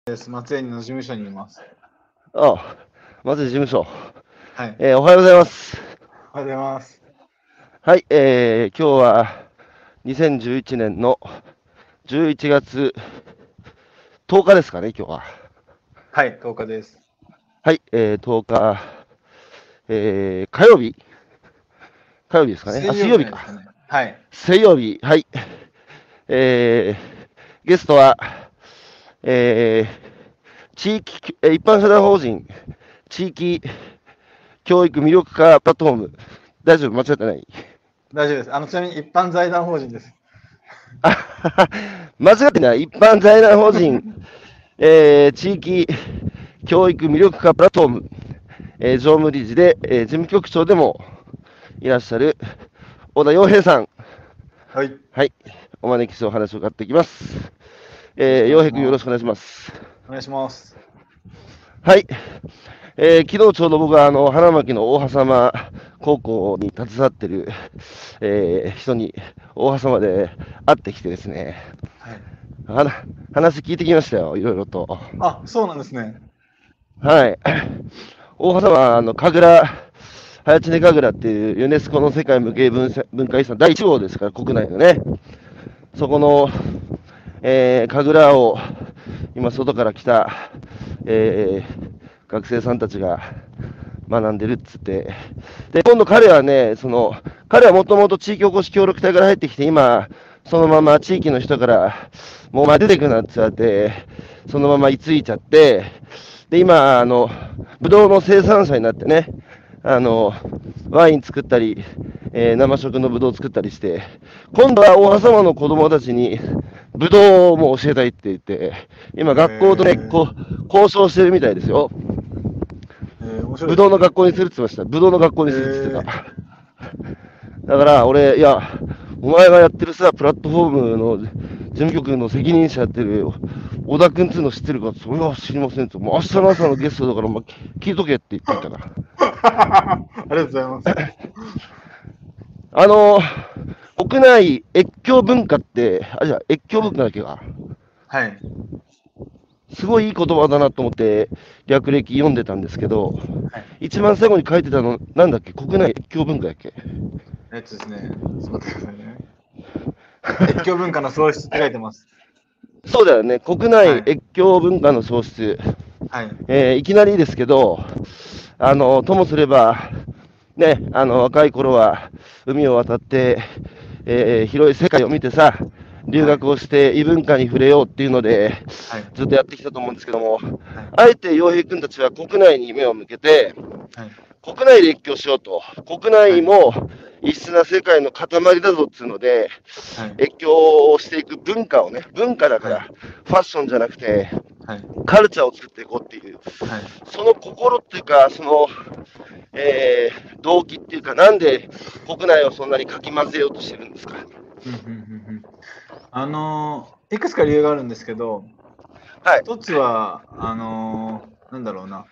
です。松江の事務所にいます。 ああ、松井事務所。 はい。 おはようございます。 おはようございます。 はい、今日は2011年の11月10日ですかね、今日は。 はい、10日です。 はい、10日、火曜日火曜日ですかね。あ、 水曜水曜日か。 日なんですかね。はい。 水曜日、はい。えゲストは、え地域、一般社団法人地域教育魅力化プラットフォーム。大丈夫間違ってない？ 大丈夫です。ちなみに一般財団法人です。 あ間違ってない。一般財団法人、地域教育魅力化プラットフォーム、常務理事で、事務局長でもいらっしゃる小田洋平さん。 はい。よはい。お招きしてお話を伺っていきます。 ろしくお願いし洋平君よろしくお願いします。 ます。 お願いします。 はい。昨日ちょうど僕は花巻の大羽様高校に携わってる、人に大羽様で会ってきてですね、 はい。 話聞いてきましたよ、いろいろと。 あ、そうなんですね。 はい。大羽様は、早知根神楽っていうユネスコの世界無形文化遺産第1号ですから、国内のね。そこの、神楽を今、外から来た、学生さんたちが学んでるっつって。で、今度彼はね、彼はもともと地域おこし協力隊から入ってきて、今、そのまま地域の人から、もうお前出てくなって言われて、そのまま居ついちゃって、で、今、ぶどうの生産者になってね、ワイン作ったり、生食のぶどう作ったりして、今度は大羽様の子供たちに、ぶどうも教えたいって言って、今学校とね、交渉してるみたいですよ。 面白いぶですね。 どうの学校にするって言ってました。ぶどうの学校にするって言ってえた。だから俺、いや、お前がやってるさ、プラットフォームの事務局の責任者やってる小田君っつうの知ってるか、それは知りませんと。もう明日の朝のゲストだから、聞いとけって言っていたな。 ありがとうございます。 あの国内越境文化って、じゃあ越境はい。 文化だっけか。 はい。 すごいいい言葉だなと思って略歴読んでたんですけど、 はい。 一番最後に書いてたの、なんだっけ、国内越境文化だっけ。 ですね。ちょっと待ってくださいね。越境文化の創出って書いてます。 そうだよね、国内はい。 越境文化の創出。 はい。 いきなりですけど、ともすれば、ね、若い頃は海を渡って、広い世界を見てさ、留はい。 学をして異文化に触れようっていうので、 はい。 ずっとやってきたと思うんですけども、 はい。 あえて洋平君たちは国内に目を向けて、 はい。 国内で越境しようと、国はい。 内も異質な世界の塊だぞっていうので、 はい。 越境をしていく文化をね、文化だかはい。 ら、ファッションじゃなくて、 はい。 カルチャーを作っていこうっていう、 はい。 その心っていうか、動機っていうか、なんで国内をそんなにかき混ぜようとしてるんですか。 うんうんうんうん。いくつか理由があるんですけど、 はい。 一つは、なんだろうな、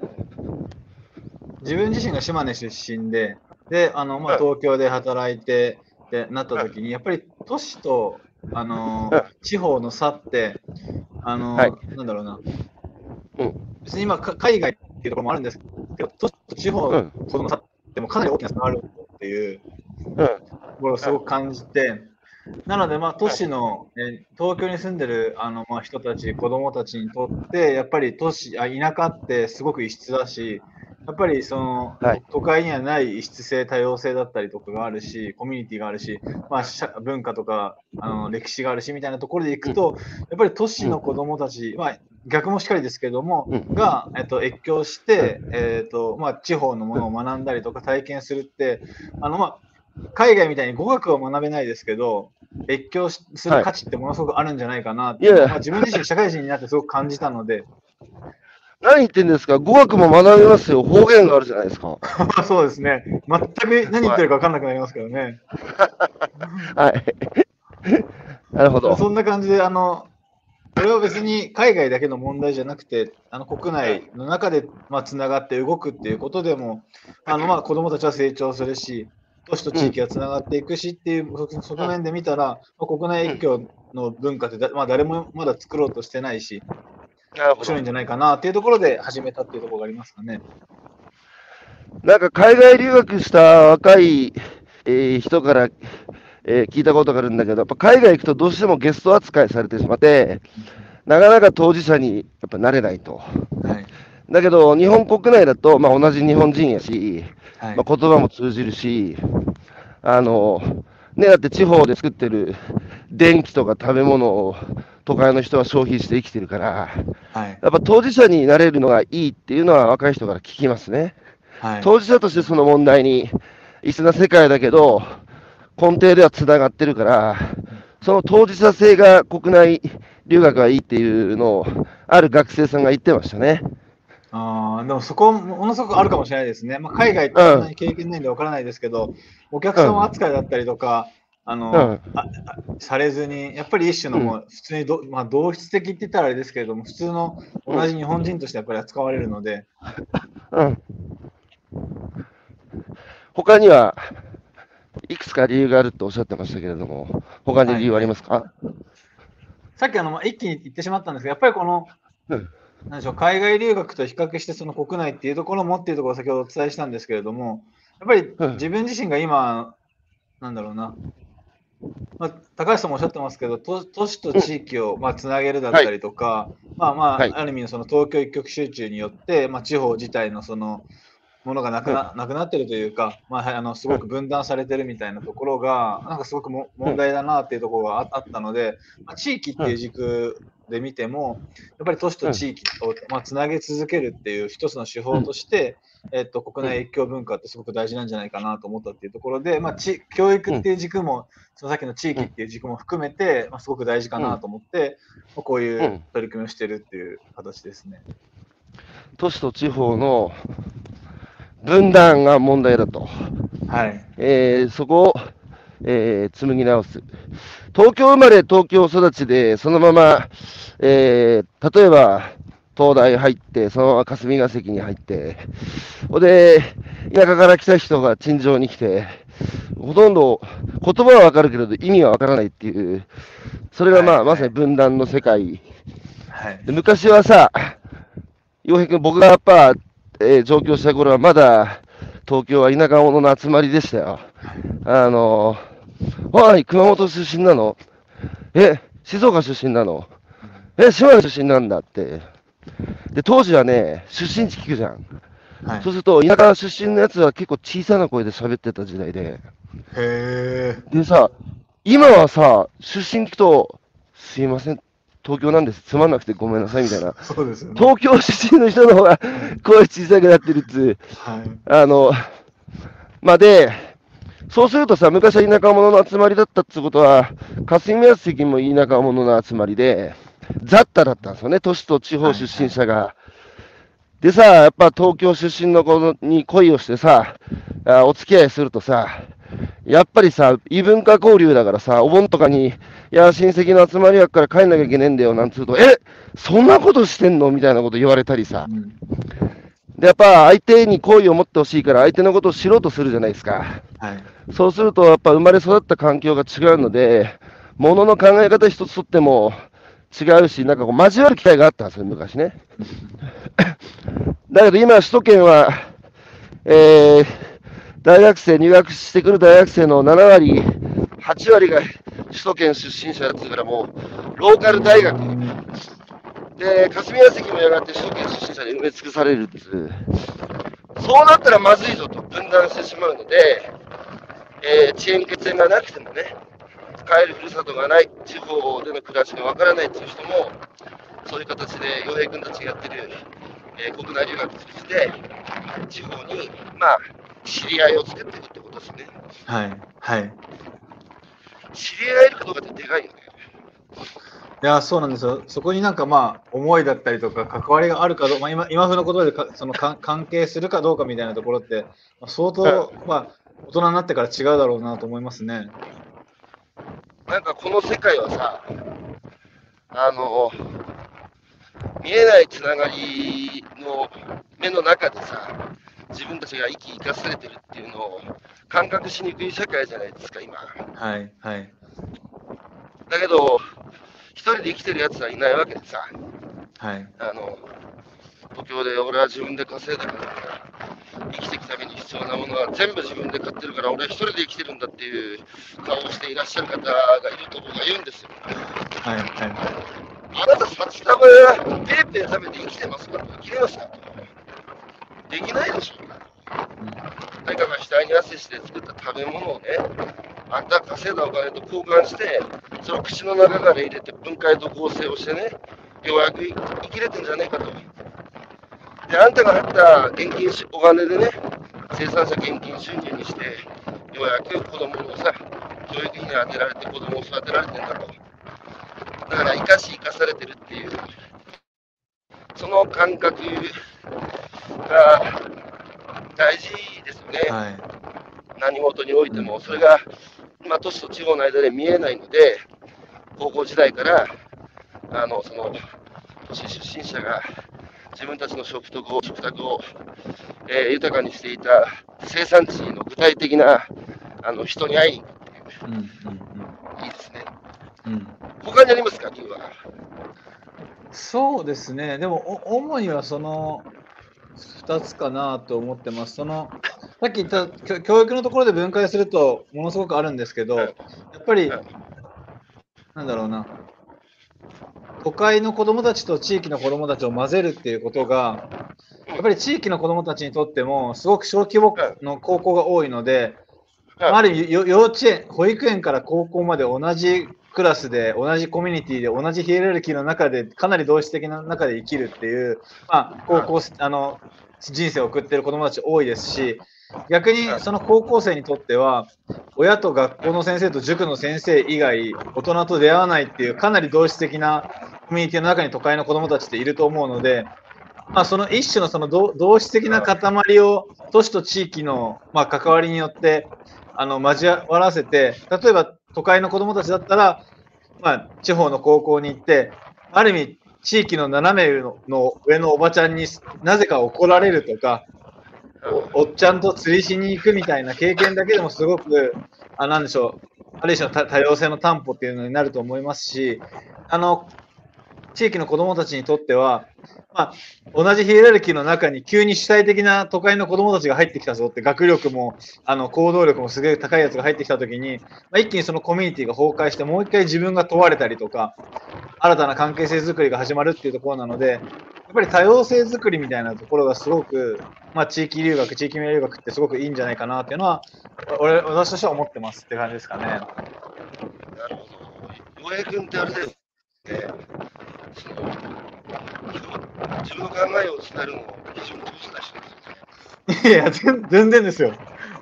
自分自身が島根出身で、 はい。 東京で働いてってなったはい。 時に、やっぱり都市と、 はい。 地方の差って、 はい。 なんだろうな、 うん。 別に今、海外っていうところもあるんですけど、都市と地方うん。 ほどの差ってもかなり大きな差があるっていううん。 ところをすごく感じて、なので、都市の、東京に住んでる人たち、子供たちにとって、やっぱり田舎ってすごく異質だし、やっぱりはい。 都会にはない異質性、多様性だったりとかがあるし、コミュニティがあるし、文化とか歴史があるしみたいなところでいくうん。 と、やっぱり都市うん。 の子供たち、逆もしっかりですけども、 うん。 が、越境しうん。 て、地方のものを学んだりとか体験するって、海外みたいに語学を学べないですけど、越境するはい。 価値ってものすごくあるんじゃないかなっていうのを、 いやいや、 自分自身社会人になってすごく感じたので、 何言ってんですか。語学も学びますよ。方言があるじゃないですか。 そうですね。全く何言っはい。 てるか分かんなくなりますけどね。 はい。なるほど。 そんな感じで、これは別に海外だけの問題じゃなくて、国内の中で、つながって動くっていうことでも、子供たちは成長するし、都市とうん。 地域がつながっていくしっていう側面で見たら、国内うん。 越境の文化って誰もまだ作ろうとしてないし、 面白いんじゃないかなっていうところで始めたっていうところがありますかね。 なんか海外留学した若い、人から、聞いたことがあるんだけど、やっぱ海外行くとどうしてもゲスト扱いされてしまって、なかなか当事者にやっぱなれないと。 はい。 だけど、日本国内だと、まあ、同じ日本人やし、 はい。 まあ、言葉も通じるし、あの、ね、だって地方で作ってる電気とか食べ物を都会の人は消費して生きてるから、 はい。 やっぱ当事者になれるのがいいっていうのは若い人から聞きますね。 はい。 当事者としてその問題に異質な世界だけど、根底ではつながってるから、その当事者性が国内留学がいいっていうのを、ある学生さんが言ってましたね。 でもそこものすごくあるかもしれないですね。まあ、海外ってそんなうん、 に経験ないんでわからないですけど、お客様うん、 扱いだったりとか、 うん、 されずに、やっぱり一種のうん、 もう普通にまあ、同質的って言ったらあれですけれども、普通のうん、 同じ日本人としてやっぱり扱われるので、 うん。他にはいくつか理由があるとおっしゃってましたけれども、他に理由あはいはい。 りますか？ さっきまあ一気に言ってしまったんですが、やっぱりこの、 うん、 なんでしょう、海外留学と比較して、その国内っていうところもっていうところを先ほどお伝えしたんですけれども、やっぱりうん、 自分自身が今、なんだろうな、まあ、高橋さんもおっしゃってますけど、都市とうん、 地域を、まあ、つなげるだっはい、 たりとか、まあまはい、 あ、ある意味のその東京一極集中によって、まあ、地方自体のそのものがうん、 なくなってるというか、まあ、はいすごくうん、 分断されてるみたいなところが、なんかすごくうん、 問題だなっていうところがあったので、まあ、地域っていううん、 軸で見ても、やっぱり都市とうん、 地域を、まあ、つなげ続けるっていう一つの手法うん、 として、国うん、 内越境文化ってすごく大事なんじゃないかなと思ったっていうところで、まあ、教育っていう軸も、そのさっきの地域っていう軸も含めて、まあ、すごく大事かなと思って、まあ、こういううん。 取り組みをしてるっていう形ですね。 都市と地方の分断が問題だと。 はい。 そこを、紡ぎ直す。東京生まれ、東京育ちで、そのまま、例えば、東大入って、そのまま霞が関に入って、で、田舎から来た人が陳情に来て、ほとんど言葉はわかるけれど意味はわからないっていう、それがはい。 まはい。 さに分断の世界。 はい。 で昔はさ、洋平君、僕がやっぱ、上京した頃はまだ東京は田舎者の集まりでしたよ。 はい。 おい、熊本出身なの？静岡出身なの？ うん。 島根出身なんだって。で、当時はね、出身地聞くじゃん。 はい。 そうすると、田舎出身のやつは結構小さな声で喋ってた時代で。 へえ。 でさ、今はさ、出身聞くと、すいません、東京なんです、つまんなくてごめんなさいみたいな。 そうですよね。 東京出身の人の方が声小さくなってるっつう。 はい。 あの、まあ、で、そうするとさ、昔は田舎者の集まりだったってことは、霞が関も田舎者の集まりで、雑多だったんですよね、都市と地方はい。 出はい。 身者が。でさ、やっぱ東京出身の子に恋をしてさ、お付き合いするとさ、やっぱりさ、異文化交流だからさ、お盆とかに、いや、親戚の集まりやから帰んなきゃいけねえんだよ、なんつうと、そんなことしてんのみたいなこと言われたりさ。 うん。 で、やっぱ相手に好意を持ってほしいから、相手のことを知ろうとするじゃないですか。 はい。 そうすると、やっぱ生まれ育った環境が違うので、ものの考え方一つとっても違うし、なんかこう交わる機会があったんですよ、昔ね。 うん。 だけど今、首都圏は、えー大学生、入学してくる大学生の7割、8割が首都圏出身者だったからもう、ローカル大学。で、霞が関もやがて首都圏出身者で埋め尽くされるっていう。そうなったらまずいぞと分断してしまうので、遅延血縁がなくてもね、帰るふるさとがない、地方での暮らしがわからないっていう人も、そういう形で洋平君たちがやってる、国内留学通じて、地方に、まあ、知り合いを作っていくってことですね。 はい。はい。 知り合えるかどうかってでかいよね。 いや、そうなんですよ。そこになんかまあ、思いだったりとか、関わりがあるかどうか、まあ、今風のことでその関係するかどうかみたいなところって、まあ、相当、 うまあ、大人になってから違うだろうなと思いますね。 ん。なんかこの世界はさ、あの、見えないつながりの目の中でさ、自分たちが生き生かされてるっていうのを感覚しにくい社会じゃないですか、今。 はい。はい。 だけど、一人で生きてるやつはいないわけでさ、 はい。 東京で俺は自分で稼いだから生きていくために必要なものは全部自分で買ってるから俺は一人で生きてるんだっていう顔をしていらっしゃる方がいると僕は言うんですよ。 はい。はい。 あなた札束ペーペー食べて生きてますかと生きれますかとできないでしょうか。誰かが額に汗して作った食べ物をね、あんたが稼いだお金と交換して、それを口の中から入れて分解と合成をしてね、ようやく生きれてんじゃねえかと。で、あんたが払った現金お金でね、生産者現金収入にして、ようやく子供をさ、教育費に充てられて子供を育てられてんだと。だから生かされてるっていう、その感覚が大事ですよね。 はい。 何事においても、それが今、都市と地方の間で見えないので、高校時代からその都市出身者が自分たちの食卓を、豊かにしていた生産地の具体的な人に会いに行くっていう、いいですね。他にありますか、理由は。 そうですね。でも、主にはその2つかなと思ってます。さっき言った教育のところで分解するとものすごくあるんですけど、やっぱり、なんだろうな、都会の子どもたちと地域の子どもたちを混ぜるっていうことが、やっぱり地域の子どもたちにとっても、すごく小規模の高校が多いので、ある意味、幼稚園、保育園から高校まで同じクラスで、同じコミュニティで、同じヒエラルキーの中で、かなり同質的な中で生きるっていう、高校、人生を送っている子どもたち多いですし、逆にその高校生にとっては、親と学校の先生と塾の先生以外、大人と出会わないっていう、かなり同質的なコミュニティの中に都会の子どもたちっていると思うので、その一種のその同質的な塊を都市と地域の関わりによって交わらせて、例えば都会の子どもたちだったら、地方の高校に行って、ある意味、地域の斜めの上のおばちゃんになぜか怒られるとか、おっちゃんと釣りしに行くみたいな経験だけでもすごく、なんでしょう、ある種の多様性の担保っていうのになると思いますし、地域の子どもたちにとっては、同じヒエラルキーの中に急に主体的な都会の子どもたちが入ってきたぞって、学力も行動力もすごい高いやつが入ってきたときに、一気にそのコミュニティが崩壊して、もう一回自分が問われたりとか、新たな関係性づくりが始まるっていうところなので、やっぱり多様性づくりみたいなところがすごく、地域留学、地域名留学ってすごくいいんじゃないかなっていうのは、私としては思ってますって感じですかね。なるほど。岩井君ってあれだよね。自分の考えを伝えるのを非常に上手な人ですよね。 いや、全然ですよ。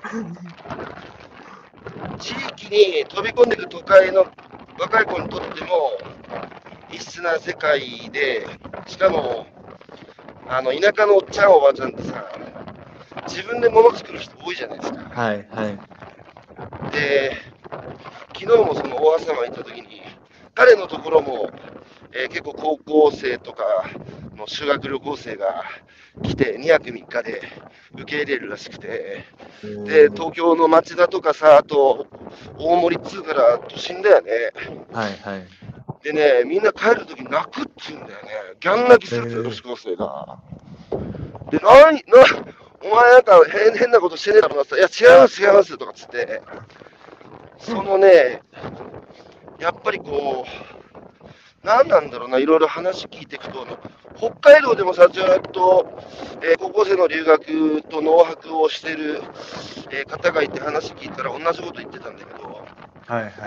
地域に飛び込んでいく都会の若い子にとっても異質な世界で、しかも田舎のおっちゃんおばちゃんってさ、自分で物作る人多いじゃないですか。 はいはい。 で、昨日もその大朝間行った時に、彼のところも、結構高校生とかの修学旅行生が来て2泊3日で受け入れるらしくて、で、東京の町田とかさ、あと大森っつうから都心だよね。 はいはい。 でね、みんな帰るとき泣くっつうんだよね。ギャン泣きするんですよ、女子高生が。で、お前なんか変なことしてねえだろなって言ったら、いや、違いますとかっつって、そのね、やっぱりこう、何なんだろうな、いろいろ話聞いていくと、北海道でもさ、ずっと、高校生の留学と農泊をしている、方がいて話聞いたら同じこと言ってたんだけど、 はいはい。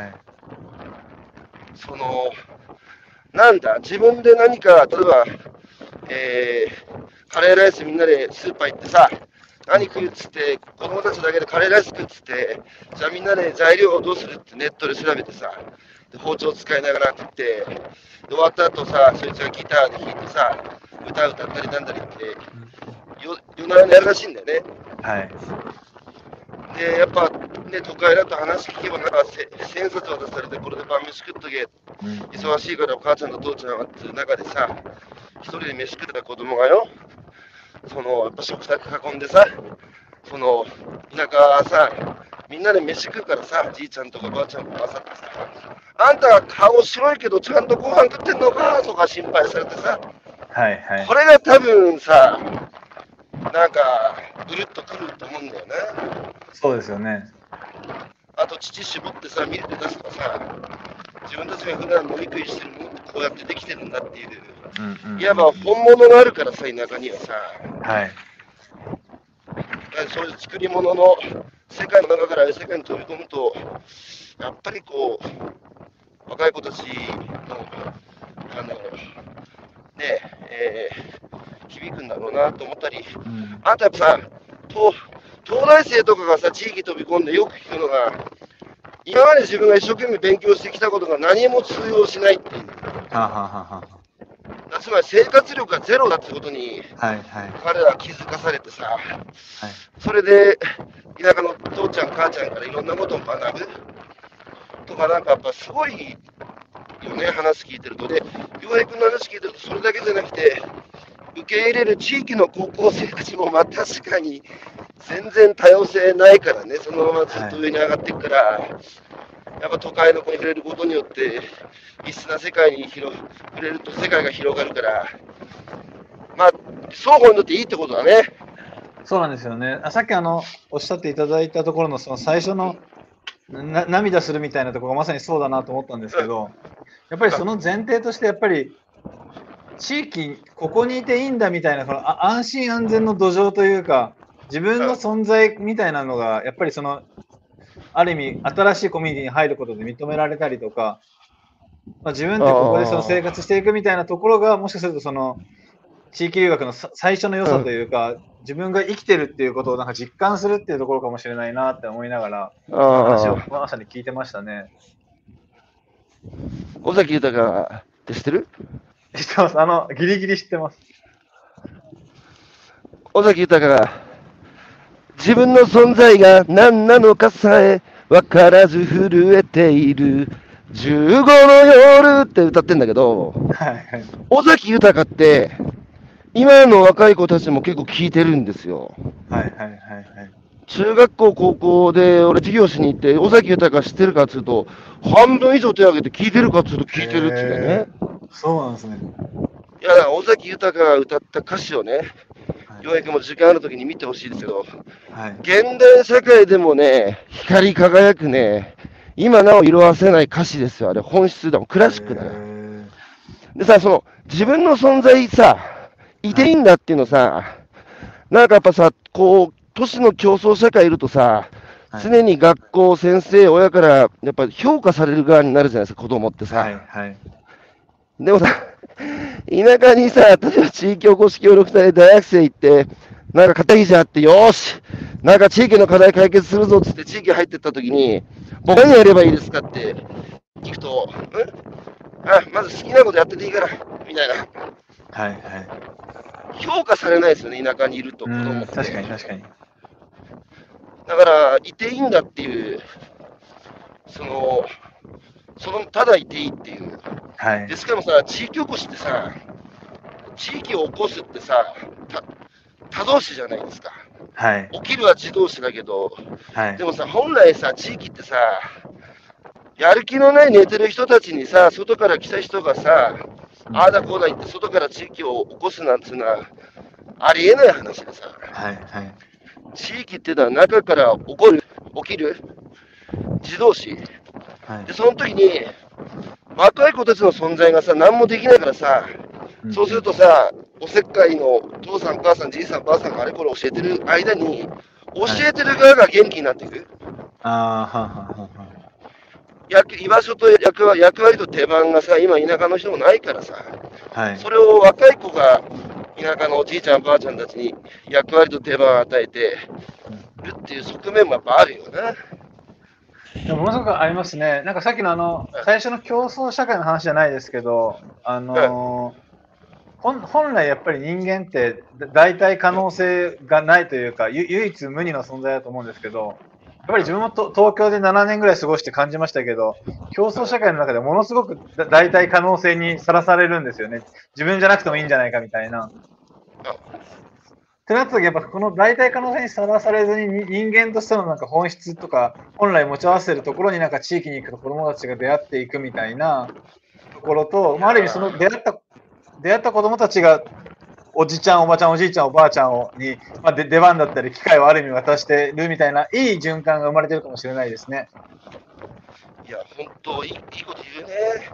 なんだ、自分で何か、例えば、カレーライスみんなでスーパー行ってさ、何食うっつって、子供たちだけでカレーライス食うっつって、じゃあみんなで材料をどうするってネットで調べてさ、で包丁使いながら食って、で終わった後さ、そいつがギターで弾いてさ、歌ったりなんだりって、夜な夜なやるらしいんだよね。 はい。 で、やっぱね、都会だと話聞けば、なんか千冊渡されて、これで晩飯食っとけ、忙しいからお母ちゃんと父ちゃんはっていう中でさ、一人で飯食ってた子供がよ、やっぱ食卓囲んでさ、田舎はさ、みんなで飯食うからさ、じいちゃんとかばあちゃんも混ざってさ、あんたは顔白いけどちゃんとご飯食ってんのかとか心配されてさ、 はいはい。 これが多分さ、なんか、ぐるっとくると思うんだよね。 そうですよね。 あと、乳絞ってさ、ミルク出すとかさ、自分たちが普段飲み食いしてるものってこうやってできてるんだっていう、いわば本物があるからさ、田舎にはさ、 はい。 そういう作り物の世界の中から世界に飛び込むと、やっぱりこう、若い子たちの、ね響くんだろうなと思ったり、あとやっぱさ、東大生とかがさ、地域飛び込んでよく聞くのが、今まで自分が一生懸命勉強してきたことが何も通用しないっていう。つまり生活力がゼロだってことに、彼らは気づかされてさ、それで田舎の父ちゃん母ちゃんからいろんなことを学ぶとか、なんかやっぱすごいよね、話聞いてると。で、洋平君の話聞いてると、それだけじゃなくて、受け入れる地域の高校生たちも、まあ確かに全然多様性ないからね、そのままずっと上に上がっていくから、やっぱ都会の子に触れることによって、異質な世界に触れると世界が広がるから、まあ、双方にとっていいってことだね。 そうなんですよね。さっきおっしゃっていただいたところの、その最初の涙するみたいなところがまさにそうだなと思ったんですけど、やっぱりその前提として、やっぱり地域、ここにいていいんだみたいな、この安心安全の土壌というか、自分の存在みたいなのが、やっぱりある意味、新しいコミュニティに入ることで認められたりとか、自分ってここで生活していくみたいなところが、もしかすると地域留学の最初の良さというか、自分が生きてるっていうことをなんか実感するっていうところかもしれないなって思いながら、話をまさに聞いてましたね。 尾崎豊って知ってる？ 知ってます。ギリギリ知ってます。 尾崎豊が、自分の存在が何なのかさえ分からず震えている15の夜って歌ってんだけど、尾崎豊って、今の若い子たちも結構聞いてるんですよ。中学校、高校で俺授業しに行って、尾崎豊知ってるかっつうと、半分以上手を挙げて聞いてるかっつうと聞いてるっつうんだよね。 そうなんですね。 いや、尾崎豊が歌った歌詞をね、ようやくも時間あるときに見てほしいですけど、現代社会でもね、光り輝くね、今なお色あせない歌詞ですよ、あれ、本質だもん、クラシックだよ。でさ、自分の存在さ、いていいんだっていうのさ、なんかやっぱさ、こう、都市の競争社会いるとさ、常に学校、先生、親からやっぱ評価される側になるじゃないですか、子供ってさ。でもさ、田舎にさ、例えば地域おこし協力隊で大学生行って、なんか肩肘あって、よーし、なんか地域の課題解決するぞっつって地域入ってった時に、僕何やればいいですかって聞くと、まず好きなことやってていいから、みたいな。評価されないですよね、田舎にいると子供って。 確かに。 だから、いていいんだっていう、ただいていいっていう。でしかもさ、地域おこしってさ、地域を起こすってさ、他動詞じゃないですか。起きるは自動詞だけど、でもさ、本来さ、地域ってさ、やる気のない寝てる人たちにさ、外から来た人がさ、ああだこうだ言って外から地域を起こすなんていうのはありえない話でさ、地域っていうのは中から起きる自動詞、でその時に若い子たちの存在がさ何もできないからさ、そうするとさ、おせっかいの父さん母さんじいさんばあさんがあれこれ教えてる間に教えてる側が元気になっていく。居場所と役割と手番がさ、今田舎の人もないからさ、それを若い子が田舎のおじいちゃんばあちゃんたちに役割と手番を与えてるっていう側面もやっぱあるよね。 ものすごくありますね。なんかさっきの最初の競争社会の話じゃないですけど、本来やっぱり人間って代替可能性がないというか、唯一無二の存在だと思うんですけど、やっぱり自分も東京で7年ぐらい過ごして感じましたけど、競争社会の中でものすごく代替可能性にさらされるんですよね。自分じゃなくてもいいんじゃないかみたいな。ってなった時、やっぱこの代替可能性にさらされずに人間としてのなんか本質とか、本来持ち合わせるところになんか地域に行くと子供たちが出会っていくみたいなところと、ある意味その出会った出会った子供たちがおじちゃん、おばちゃん、おじいちゃん、おばあちゃんに、出番だったり機会をある意味渡してるみたいないい循環が生まれてるかもしれないですね。 いや、本当いいこと言うね。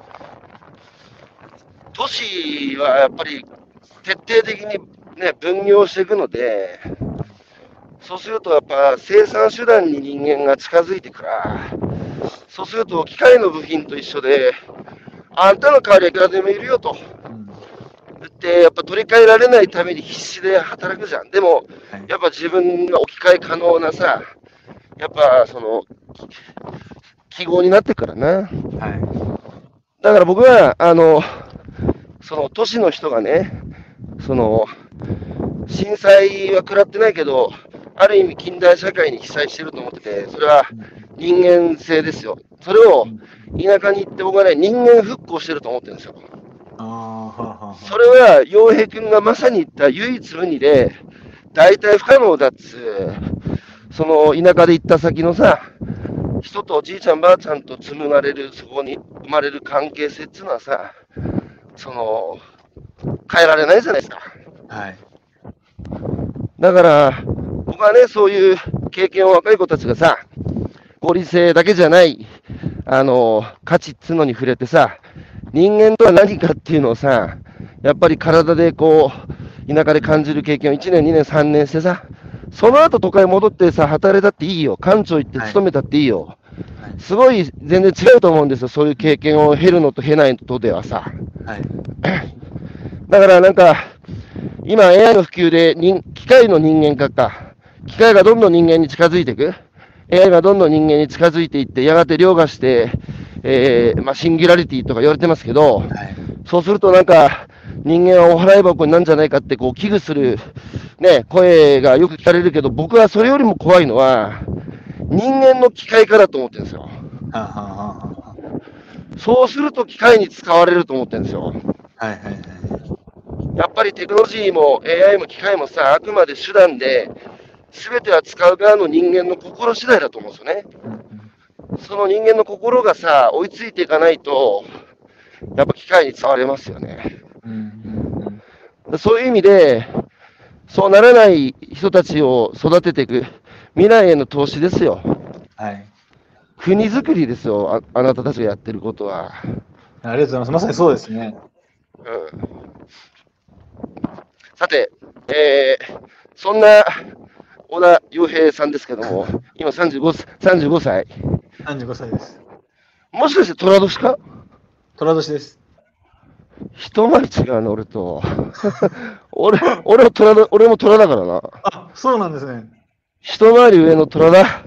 都市はやっぱり徹底的にね、分業していくので、そうするとやっぱ生産手段に人間が近づいてから、そうすると機械の部品と一緒で、あんたの代わりはいくらでもいるよと。で、やっぱ取り替えられないために必死で働くじゃん。でも、やっぱ自分が置き換え可能なさ、やっぱその、記号になってくからな。 はい。 だから僕は、その都市の人がね、その、震災は食らってないけど、ある意味近代社会に被災してると思ってて、それは人間性ですよ。それを田舎に行って僕はね、人間復興してると思ってるんですよ。それは陽平君がまさに言った唯一無二で、大体不可能だっつう、その田舎で行った先のさ、人とおじいちゃんばあちゃんと紡がれる、そこに生まれる関係性っていうのはさ、その、変えられないじゃないですか。 はい。 だから、僕はね、そういう経験を若い子たちがさ、合理性だけじゃない、価値っつうのに触れてさ、人間とは何かっていうのをさ、やっぱり体でこう、田舎で感じる経験を1年、2年、3年してさ、その後都会戻ってさ、働いたっていいよ。官庁行って勤めたっていいよ。はい、すごい全然違うと思うんですよ。そういう経験を経るのと経ないのとではさ。はい、だからなんか、今 AI の普及で機械の人間化か。機械がどんどん人間に近づいていく。AI がどんどん人間に近づいていって、やがて凌駕して、シンギュラリティとか言われてますけど、はい、そうするとなんか、人間はお払い箱になるんじゃないかってこう危惧する、ね、声がよく聞かれるけど、僕はそれよりも怖いのは、人間の機械化だと思ってるんですよ。そうすると機械に使われると思ってるんですよ。はいはいはい。やっぱりテクノロジーも AI も機械もさ、あくまで手段で、すべては使う側の人間の心次第だと思うんですよね。その人間の心がさ、追いついていかないと、やっぱ機械に使われますよね。そういう意味で、そうならない人たちを育てていく、未来への投資ですよ。はい。国づくりですよ、あなたたちがやってることは。 ありがとうございます。まさにそうですね。 さて、そんな小田洋平さんですけども、今35歳。 35歳です。 もしかして寅年か？ 寅年です。 一回り違うな、俺と。俺も虎だからな。 あ、そうなんですね。 一回り上の虎だ。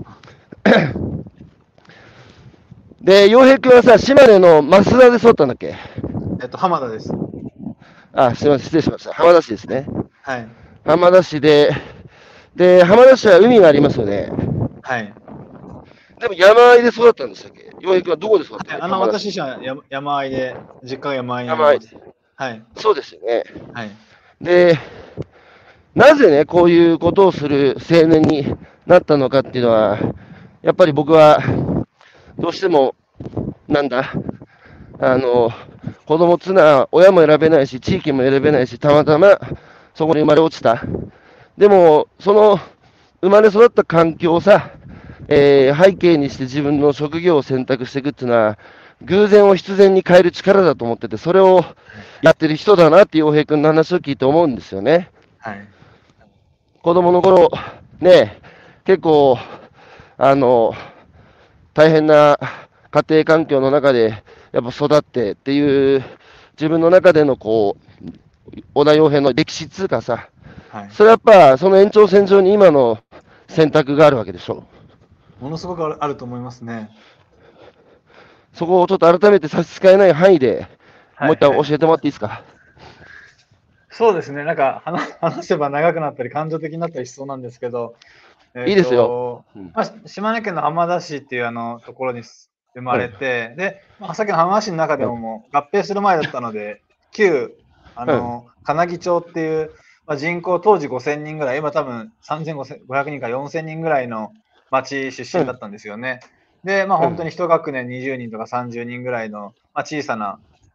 で、洋平君はさ、島根の増田で育ったんだっけ？ 浜田です。 あ、すみません、失礼しました。浜田市ですね。 はい。 浜田市で、浜田市は海がありますよね。 はい。 でも山あいで育ったんでしたっけ？洋平君はどこで育ったの？ 私自身は山あいで、実家が山あいにあります。はい。 そうですよね。 はい。 で、なぜね、こういうことをする青年になったのかっていうのは、やっぱり僕は、どうしても、子供っていうのは親も選べないし、地域も選べないし、たまたまそこに生まれ落ちた。でも、その生まれ育った環境をさ、背景にして自分の職業を選択していくっていうのは、偶然を必然に変える力だと思ってて、それをやってる人だなって洋平君の話を聞いて思うんですよね。はい。子供の頃、ね、結構、大変な家庭環境の中で、やっぱ育ってっていう、自分の中でのこう、小田洋平の歴史っていうかさ、はい、それやっぱその延長線上に今の選択があるわけでしょ。 ものすごくあると思いますね。 そこをちょっと改めて差し支えない範囲で、もう一回教えてもらっていいですか。はいはい、 そうですね、なんか話せば長くなったり、感情的になったりしそうなんですけど、 いいですよ。 島根県の浜田市っていうところに生まれて、はい、で、さっきの浜田市の中でも合併する前だったので、旧金木町っていう、人口当時5000人ぐらい、今多分3500人から4000人ぐらいの町出身だったんですよね。で、本当に一学年20人とか30人ぐらいの、小さな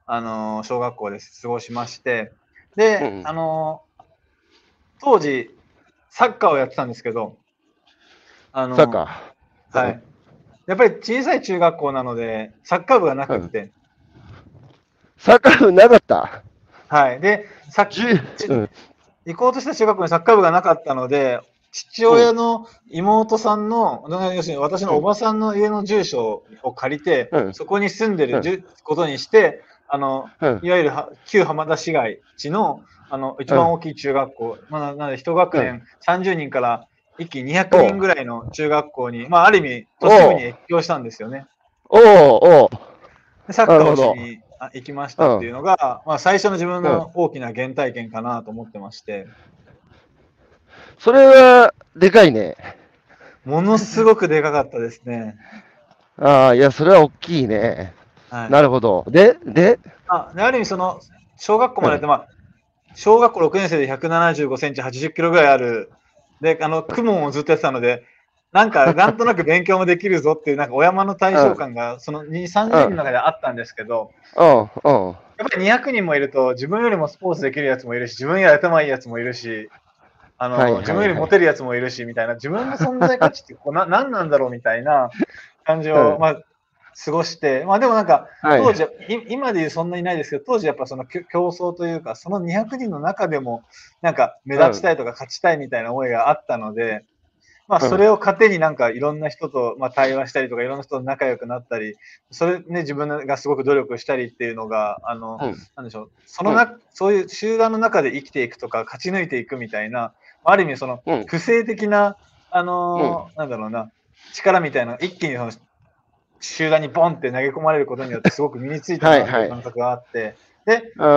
小学校で過ごしまして、で、 うん。 当時、サッカーをやってたんですけど、あサッの、 カー。 はい。やっぱり小さい中学校なので、サッカー部がなうん。うん。 くって、 サッカー部なかった。 はい。で、 うん。 行こうとした中学校にサッカー部がなかったので、父うん。 親の妹さんの、要するに私うん。 のおばさんの家の住所を借りて、 うん。 そこに住んでうん。 ることにして、 うん。 いわゆる旧浜田市街地の、一うん。 番大きい中学校、なので一学うん。 年30人から一気に200 おう。 人ぐらいの中学校に、ある意味、都市部おう。 に越境したんですよね。 おう。おう。 でサッカーをしなるほど。 に行きましうん。 たっていうのが、最初の自分うん。 の大きな原体験かなと思ってまして、 それは、でかいね。 ものすごくでかかったですね。 ああ、いや、それは大きいね。 はい。 なるほど。で、 ある意味小学校までって、 うん。 小学校6年生で175センチ、80キロぐらいある。で、公文をずっとやってたので、なんとなく勉強もできるぞっていう、お山の対うん。 象感が、その2、30人のうん。 中であったんですけど、 うん。うん。 やっぱり200人もいると、自分よりもスポーツできるやつもいるし、自分より頭いいやつもいるし、 はい自はいはい。 分よりモテるやつもいるし、みたいな、自分の存在価値って何なんだろうみたいな感じを、 うん。 過ごして、でもはい。 当時、今で言うそんなにないですけど、当時やっぱその競争というか、その200人の中でも、目うん。 立ちたいとか勝ちたいみたいな思いがあったので、 うん。 それを糧にいろんな人と、対話したりとか、いろんな人と仲良くなったり、それね、自分がすごく努力したりっていうのが、 うん。 なんでしょう、 うん。 そういう集団の中で生きていくとか、勝ち抜いていくみたいな、ある意味その、 うん。 不正的な、 うん。 なんだろうな、力みたいな、一気に集団にボンって投げ込まれることによってすごく身についたなっていはいはい。 う感覚があって、で、 うん。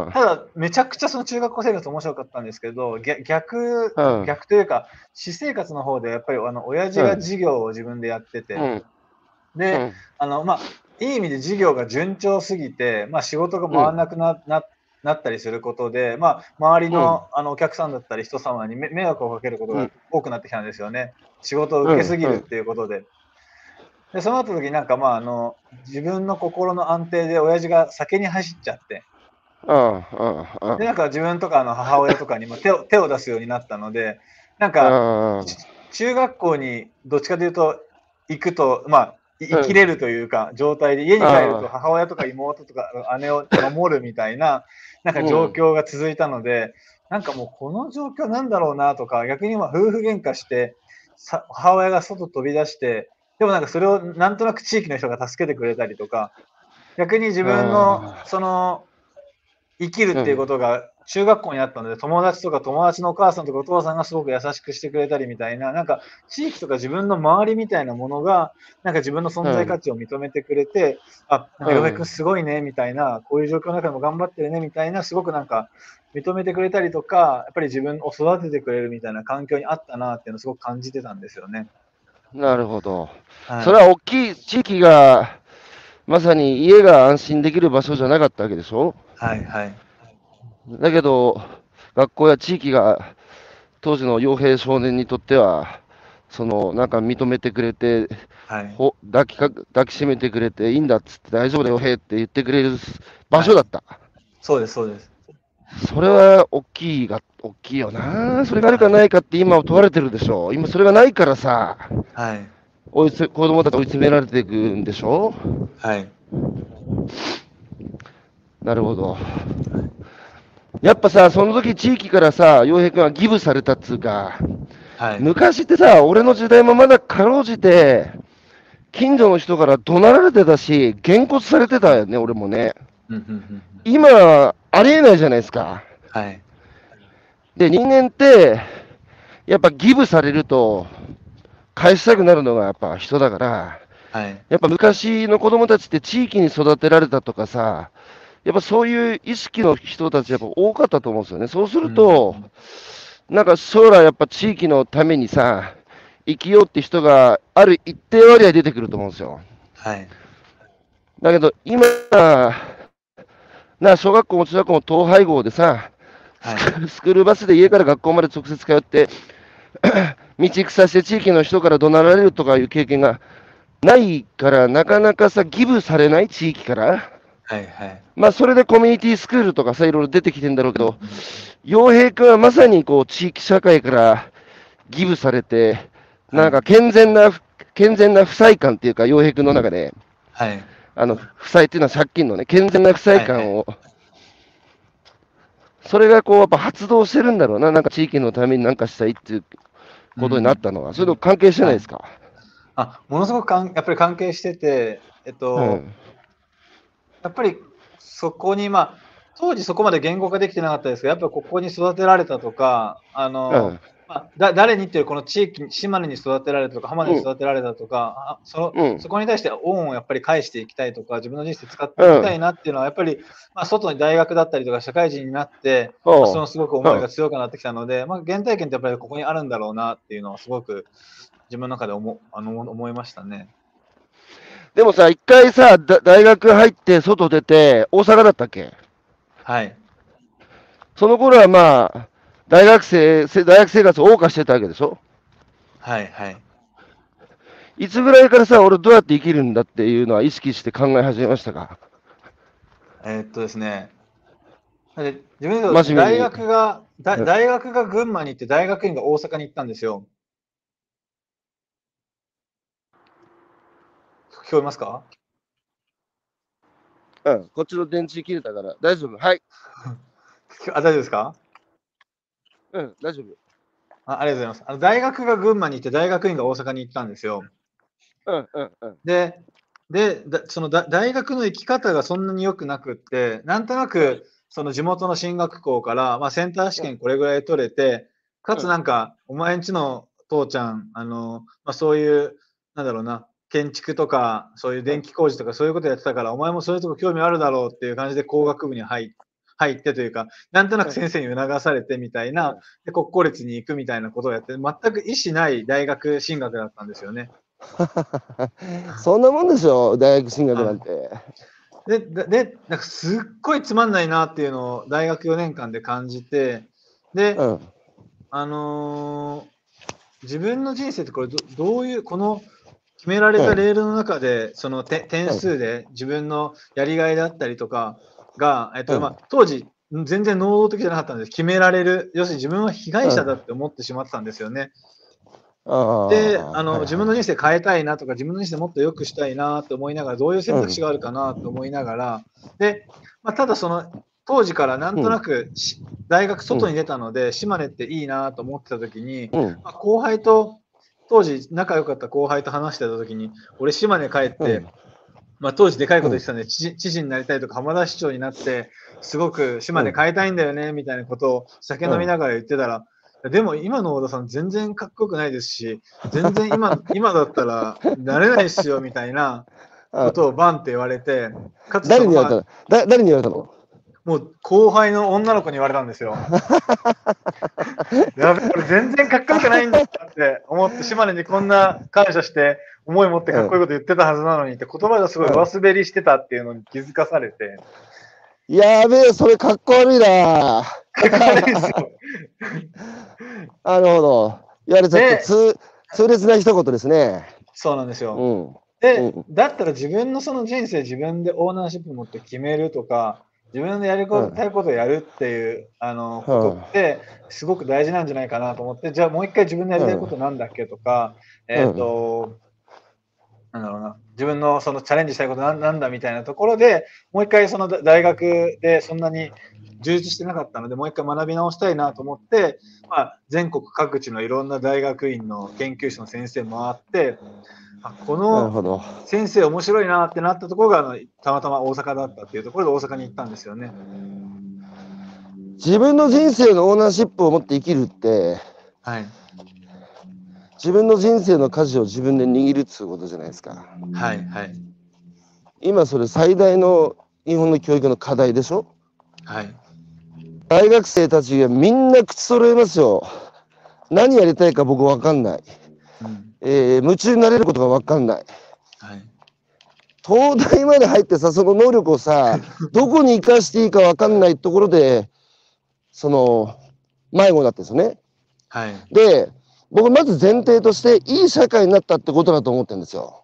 ただ、めちゃくちゃその中学校生活面白かったんですけど、 うん。 逆というか、私生活の方でやっぱり親父がうん。 事業を自分でやってて、 うん。うで、 ん。 いい意味で事業が順調すぎて、仕事が回らうん。 なくなったりすることで、周りうん。 のお客さんだったり人様に迷惑をかけることがうん。 多くなってきたんですよね。仕事をうん。 受けすぎうん。 るっていうことで。で、その後時自分の心の安定で親父が酒に走っちゃって、 うん。うん。 で、自分とか母親とかにも手を出すようになったので、なんうか、 ん。 中学校にどっちかというと、行くと、生きれうん。 るというか、状態で、家に帰るとああ。 母親とか妹とか姉を守るみたいな、状うん。 況が続いたので、もうこの状況なんだろうなとか、逆に夫婦喧嘩して、母親が外飛び出して、でもそれをなんとなく地域の人が助けてくれたりとか、逆に自分のああ。 生きるっていううん。 ことが中学校にあったので、友達とか友達のお母さんとかお父さんがすごく優しくしてくれたりみたいな、地域とか自分の周りみたいなものが、自分の存在価うん。 値を認めてくれて、洋平くんうん。 すごいね、みたいな、こういう状況の中でも頑張ってるね、みたいな、すごく認めてくれたりとか、やっぱり自分を育ててくれるみたいな環境にあったなっていうのをすごく感じてたんですよね。 なるほど。 はい。 それは大きい地域が、まさに家が安心できる場所じゃなかったわけでしょ。 はい、はい。 だけど、学校や地域が当時の傭兵少年にとっては、なんか認めてくれて、 はい。 抱きしめてくれていいんだっつって、大丈夫だよ、兵って言ってくれる場はい。 所だった。 そうです、そうです。 それは大きいよな。それがあるかはい。 ないかって今問われてるでしょ。今それがないからさ、 はい。 子供たち追い詰められていくんでしょ。 はい。 なるほど。 はい。 やっぱさ、その時地域からさ、洋平君はギブされたっつうか、 はい。 昔ってさ、俺の時代もまだかろうじて、近所の人から怒鳴られてたし、げんこつされてたよね、俺もね。 うん、うん、うん。 今、ありえないじゃないですか。 はい。 で、人間って、やっぱギブされると、返したくなるのがやっぱ人だから、 はい。 やっぱ昔の子供たちって地域に育てられたとかさ、やっぱそういう意識の人たちやっぱ多かったと思うんですよね。そうすうん、 ると、なんか将来やっぱ地域のためにさ、生きようって人がある一定割合出てくると思うんですよ。 はい。 だけど今、小学校も中学校も統廃合でさ、 はい。 スクールバスで家から学校まで直接通って、道草して地域の人から怒鳴られるとかいう経験がないから、なかなかさ、ギブされない地域から。 はいはい。 まあ、それでコミュニティスクールとかさ、いろいろ出てきてんだろうけど、 うんうん。 洋平君はまさにこう、地域社会からギブされて、なんかはい。 健全な負債感っていうか、洋平君の中で、 はい。 負債っていうのは借金のね、健全な負債はいはい。 感を、それがこう、やっぱ発動してるんだろうな、なんか地域のためになんかしたいっていうことになっうん。 たのは、それと関係してないはい。 ですか？ ものすごくやっぱり関係してて、 うん。 やっぱりそこに、当時そこまで言語化できてなかったですけど、やっぱりここに育てられたとか、 うん。 誰にっていうこの地域に、島根に育てられたとか、浜根うん。 に育てられたとか、 うん。 そこに対して恩をやっぱり返していきたいとか、自分の人生使っていきたうん。 いなっていうのは、やっぱり、外に大学だったりとか、社会人になって、そおう。 のすごく思いうん。 が強くなってきたので、原体験ってやっぱりここにあるんだろうなっていうのは、すごく自分の中で思いましたね。 でもさ、一回さ、大学入って外出て、大阪だったっけ？ はい。 その頃はまあ、大学生活を謳歌してたわけでしょ？ はい。はい。 いつぐらいからさ、俺どうやって生きるんだっていうのは意識して考え始めましたか？ ですね、で自分で真面目に。うん。 大学が群馬に行って、大学院が大阪に行ったんですよ。聞こえますか？ うん。こっちの電池切れたから大丈夫。はい。 大丈夫ですか？ うん、大丈夫。 ありがとうございます。大学が群馬に行って、大学院が大阪に行ったんですよ。 うん、うん、うん。 で、その大学の行き方がそんなに良くなくって、なんとなうん、 く、その地元の進学校から、センター試うん、 験これぐらい取れて、かうん、 つなんか、お前んちの父ちゃん、そういう、なんだろうな、建築とか、そういううん、 電気工事とかそういうことやってたから、お前もそういうとこ興味あるだろうっていう感じで工学部に入ってというか、なんとなくうん、 先生に促されてみたいな、 うん。 で、国公立に行くみたいなことをやって、全く意思ない大学進学だったんですよね。 そんなもんでしょ、大学進学はい。 なんて。 なんかすっごいつまんないなっていうのを大学4年間で感じて、で、 うん、 あのー自分の人生ってこれどういう、この決められうん、 たレールの中で、その点うん、 数で自分のやりがいだったりとかが、 うん、 当時、全然能動的じゃなかったんです。決められる。要するに自分は被害者だうん。 って思ってしまってたんですよね。 ああ、 で、 はい自分の人はい。 生変えたいなとか、自分の人生もっと良くしたいなと思いながら、どういう選択肢うん、 があるかなと思いながら、で、ただその、当時からなんとなうん、 く大学うん、 外に出たので、島根っていいなと思ってた時に、 うん、 後輩と、当時仲良かった後輩と話してた時に、俺島根帰っうん、 て、当時でかいこうん、 と言ってたんで、知事になりたいとか、浜田市長になって、すごく島根うん、 変えたいんだよね、みたいなことを酒飲みうん。 ながら言ってたら、でも今の小田さん全然かっこよくないですし、全然今だったらなれないっすよ、みたいなあ、 ことをバンって言われて、かつその誰に言われたの？誰に言われたの？ もう後輩の女の子に言われたんですよ。やべ、俺全然かっこよくないんだって思って、島根にこんな感謝して、思い持ってかっこいいうん、 こと言ってたはずなのにって、言葉がすごい上うん。 滑りしてたっていうのに気づかされて、 やべえ、それかっこ悪いな。 かっこ悪いですよ。 なるほど。言われちゃった。 で、 痛烈な一言ですね。 そうなんですよ。 うん。うで、 ん。 だったら自分のその人生自分でオーナーシップ持って決めるとか、自分でうん。 たいことをやるっていう、ことっうん。 て、すごく大事なんじゃないかなと思って、じゃあもう一回自分のやりたいこうん。 となんだっけとか、 うん。 なんだろうな、自分のそのチャレンジしたいことなんだみたいなところで、もう一回その大学でそんなに充実してなかったので、もう一回学び直したいなと思って、全国各地のいろんな大学院の研究室の先生回って、このなるほど。 先生面白いなってなったところが、たまたま大阪だったっていうところで大阪に行ったんですよね。 自分の人生のオーナーシップを持って生きるって、 はい。 自分の人生の舵を自分で握るっていうことじゃないですか。 はい。はい。 今それ最大の日本の教育の課題でしょ？ はい。 大学生たちがみんな口揃えますよ。何やりたいか僕わかんない。 うん。 夢中になれることがわかんない。 はい。 東大まで入ってさ、その能力をさ、どこに生かしていいかわかんないところで、その、迷子になってるんですよね。 はい。 で、僕まず前提として、いい社会になったってことだと思ってるんですよ。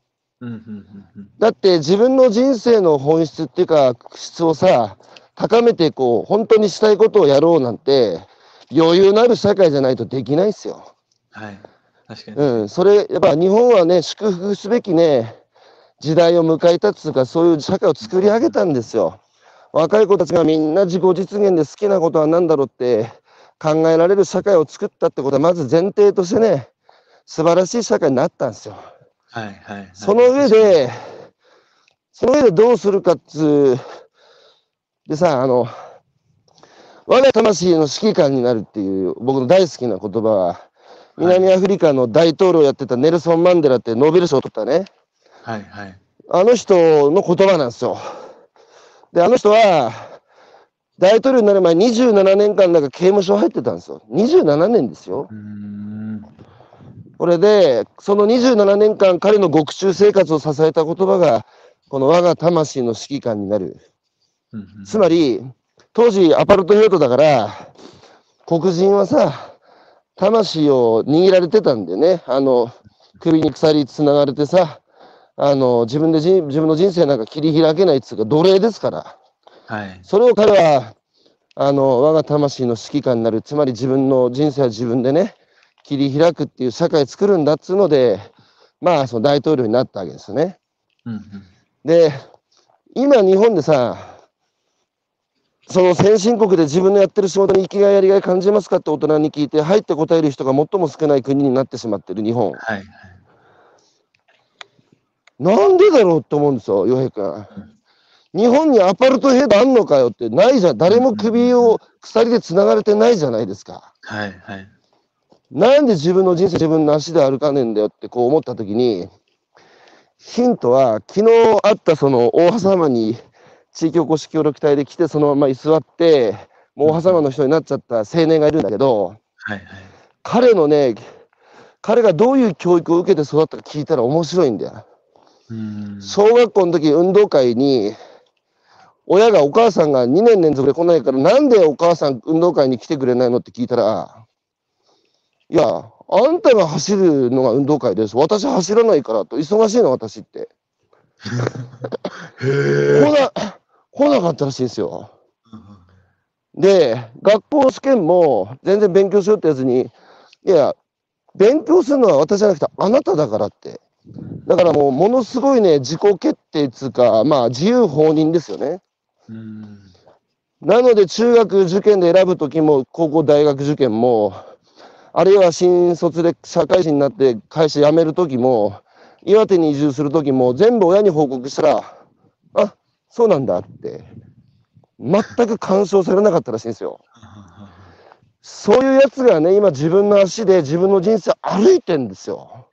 だって自分の人生の本質っていうか、質をさ、高めて本当にしたいことをやろうなんて、余裕のある社会じゃないとできないっすよ。 はい。確かに。 それ、やっぱ日本はね、祝福すべきね、時代を迎えたっつうか、そういう社会を作り上げたんですよ。若い子たちがみんな自己実現で好きなことは何だろうって考えられる社会を作ったってことは、まず前提としてね、素晴らしい社会になったんですよ。その上でどうするかっつう、でさ、我が魂の指揮官になるっていう僕の大好きな言葉は、南アフリカの大統領をやってたネルソン・マンデラってノーベル賞を取ったね。あの人の言葉なんですよ。で、あの人は、大統領になる前27年間だか刑務所入ってたんですよ。27年ですよ。これで、その27年間彼の獄中生活を支えた言葉が、この我が魂の指揮官になる。つまり、当時アパルトヘイトだから、黒人はさ、魂を握られてたんでね、首に鎖つながれてさ、自分の人生なんか切り開けないっつうか奴隷ですから、それを彼は我が魂の指揮官になる、つまり自分の人生は自分でね切り開くっていう社会作るんだっつうので、まあその大統領になったわけですよね。で、今日本でさ、その先進国で自分のやってる仕事に生きがいやりがい感じますかって大人に聞いて、はいって答える人が最も少ない国になってしまってる日本。なんでだろうって思うんですよ、洋平君。日本にアパルトヘイトあんのかよってないじゃん。誰も首を鎖でつながれてないじゃないですか。なんで自分の人生自分の足で歩かねえんだよって思った時に、ヒントは昨日会ったその大狭間に地域おこし協力隊で来てそのまま居座ってもう大狭間の人になっちゃった青年がいるんだけど、彼がどういう教育を受けて育ったか聞いたら面白いんだよ。小学校の時運動会に親がお母さんが2年連続で来ないからなんでお母さん運動会に来てくれないのって聞いたら、いやあんたが走るのが運動会です、私走らないからと、忙しいの私って来なかったらしいんですよ。で学校試験も全然勉強しようってやつに、いや勉強するのは私じゃなくてあなただからって。だからものすごいね自己決定つうか、まあ自由放任ですよね。なので中学受験で選ぶ時も高校大学受験も、あるいは新卒で社会人になって会社辞める時も岩手に移住する時も全部親に報告したら、あ、そうなんだって全く干渉されなかったらしいんですよ。そういうやつがね今自分の足で自分の人生歩いてんですよ。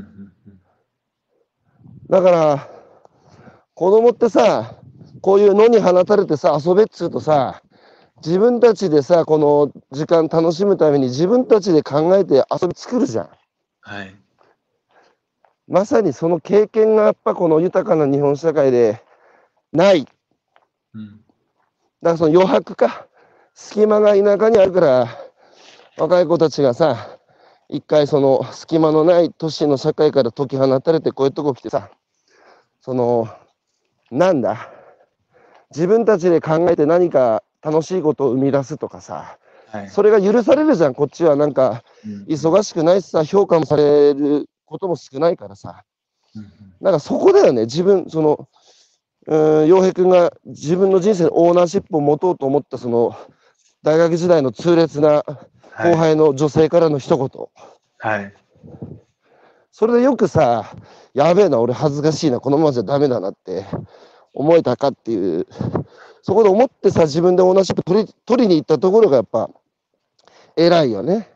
だから子供ってさ、こういう野に放たれてさ遊べっつうとさ、自分たちでさこの時間楽しむために自分たちで考えて遊び作るじゃん。まさにその経験がやっぱこの豊かな日本社会でない。だからその余白か隙間が田舎にあるから、若い子たちがさ一回その隙間のない都市の社会から解き放たれてこういうとこ来てさ、そのなんだ自分たちで考えて何か楽しいことを生み出すとかさ、それが許されるじゃん。こっちはなんか忙しくないしさ、評価もされることも少ないからさ、なんかそこだよね。自分その洋平君が自分の人生のオーナーシップを持とうと思ったその大学時代の痛烈な後輩の女性からの一言、それでよくさ、やべえな俺恥ずかしいなこのままじゃダメだなって思えたかっていう、そこで思ってさ自分でオーナーシップ取りに行ったところがやっぱ偉いよね。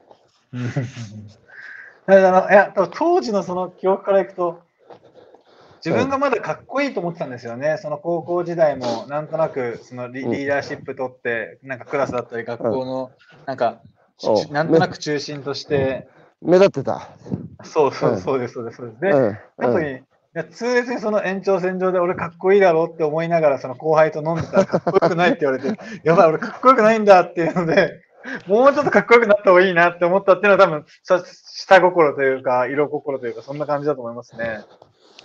いや当時のその記憶からいくと自分がまだかっこいいと思ってたんですよね。その高校時代もなんとなくそのリーダーシップ取ってなんかクラスだったり学校のなんかなんとなく中心として目立ってた。 そうです。で、後に痛烈にその延長線上で俺かっこいいだろうって思いながらその後輩と飲んでたらかっこよくないって言われてやばい俺かっこよくないんだっていうのでもうちょっとかっこよくなった方がいいなって思ったっていうのは多分下心というか色心というかそんな感じだと思いますね。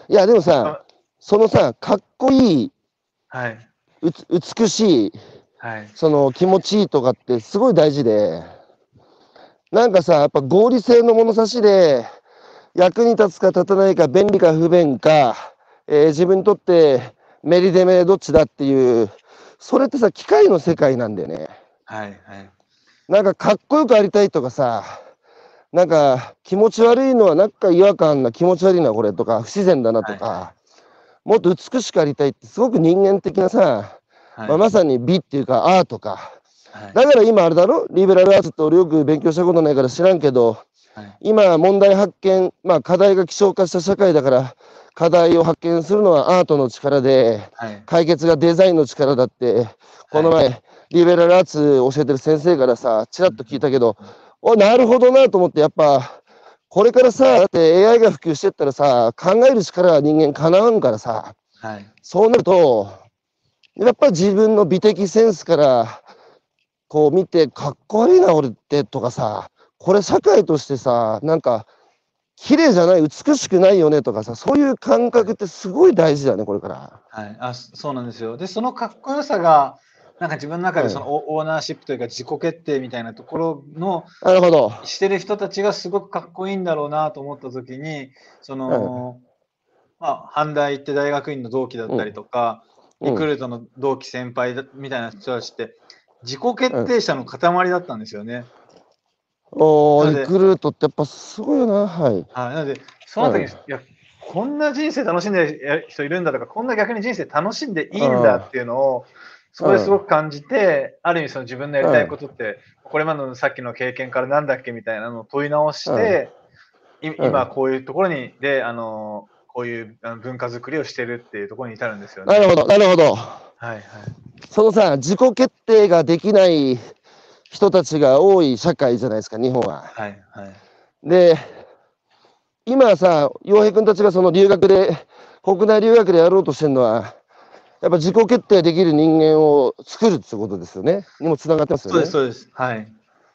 いや、でもさ、 あそのさ、かっこいい、 はい。 美しい、 はい。 その気持ちいいとかってすごい大事で、なんかさ、やっぱ合理性の物差しで、役に立つか立たないか、便利か不便か、自分にとってメリデメどっちだっていう、それってさ、機械の世界なんだよね。 はい。はい。 なんかかっこよくありたいとかさ、なんか気持ち悪いのはなんか違和感な気持ち悪いなこれとか、不自然だなとはい。はい。 か、もっと美しくありたいってすごく人間的なさ、 はい。 まさに美っていうかアートか。 はい。 だから今あれだろ、リベラルアーツって俺よく勉強したことないから知らんけど、 はい。 今問題発見、課題が希少化した社会だから、課題を発見するのはアートの力で、 はい。 解決がデザインの力だって、こはい。 の前、リベラルアーツ教えてる先生からさ、ちらっと聞いたけど、 うんなるほどなと思って、やっぱ、これからさ、だって AI が普及してったらさ、考える力は人間かなわんからさ、 はい。 そうなると、やっぱ自分の美的センスから、こう見て、かっこ悪いな、俺ってとかさ、これ社会としてさ、なんか、綺麗じゃない、美しくないよねとかさ、そういう感はい。 覚ってすごい大事だね、これから。 はい。そうなんですよ。で、そのかっこよさが、なんか自分の中でそはい。 のオーナーシップというか自己決定みたいなところのなるほど。 してる人たちがすごくかっこいいんだろうなと思った時に、そうん。 の、阪大行って大学院の同期だったりうん。 とか、リクうん。 ルートの同期先輩みたいな人たちって、自己決うん。 定者の塊だったんですよね。なので、 リクルートってやっぱすごいよな。はい。 はい、なので、そのうん。 時に、いや、こんな人生楽しんでる人いるんだとか、こんな逆に人生楽しんでいいんだあっていうのを、そこですあ。 ごく感じて、ある意味その自分のやりたいうん。 ことって、これまでのさっきの経験からなんだっけみたいなのを問い直しうん。 て、 うん。 今こういうところに、こういう文化づくりをしてるっていうところに至るんですよね。 なるほど。なるほど。 はいはい。 そのさ、自己決定ができない人たちが多い社会じゃないですか、日本は。 はいはい。 で、今さ、洋平君たちがその留学で、国内留学でやろうとしてるのは、やっぱ自己決定できる人間を作るってことですよね。にもつながってますよそうです、 ね。 そうです。はい。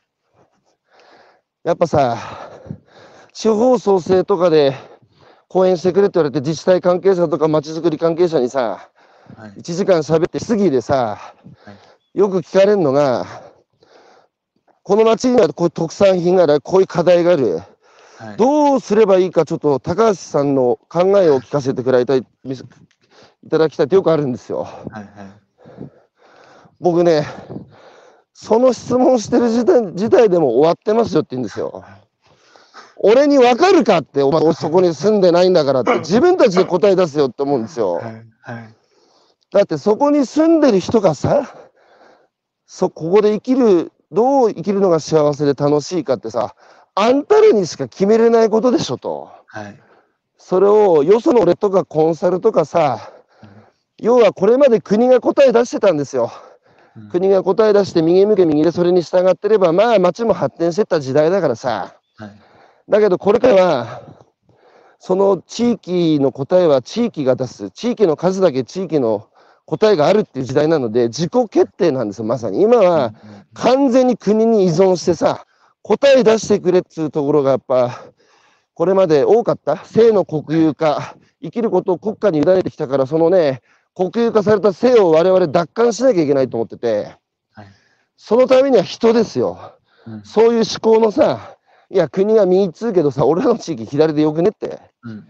やっぱさ、地方創生とかで講演してくれって言われて自治体関係者とかまちづくり関係者にさ、 はい。 1時間喋って質疑でさ、 はい。 よく聞かれるのが、この町にはこういう特産品がある、こういう課題がある。 はい。 どうすればいいかちょっと高橋さんの考えを聞かせていただきたいってよくあるんですよ。 はいはい。 僕ね、その質問してる時代でも終わってますよって言うんですよ。俺に分かるかって、お前そこに住んでないんだからって、自分たちで答え出すよって思うんですよ。 はいはい。 だってそこに住んでる人がさ、ここでどう生きるのが幸せで楽しいかってさ、あんたらにしか決めれないことでしょと。 はい。 それをよその俺とかコンサルとかさ、 うん。 要はこれまで国が答え出してたんですよ。 うん。 国が答え出して右向け右でそれに従ってれば、町も発展してった時代だからさ。 はい。 だけどこれからは、その地域の答えは地域が出す。地域の数だけ地域の答えがあるっていう時代なので、自己決定なんですよ、まさに。今はうんうんうん。 完全に国に依存してさ、答え出してくれっていうところがやっぱ、これまで多かった。性の国はい。 有化。生きることを国家に委ねてきたから、そのね、国有化された性を我々奪還しなきゃいけないと思ってて、 はい。 そのためには人ですよ。 うん。 そういう思考のさ、いや、国が右っつうけどさ、俺らの地域左でよくねって。 うんうんうん。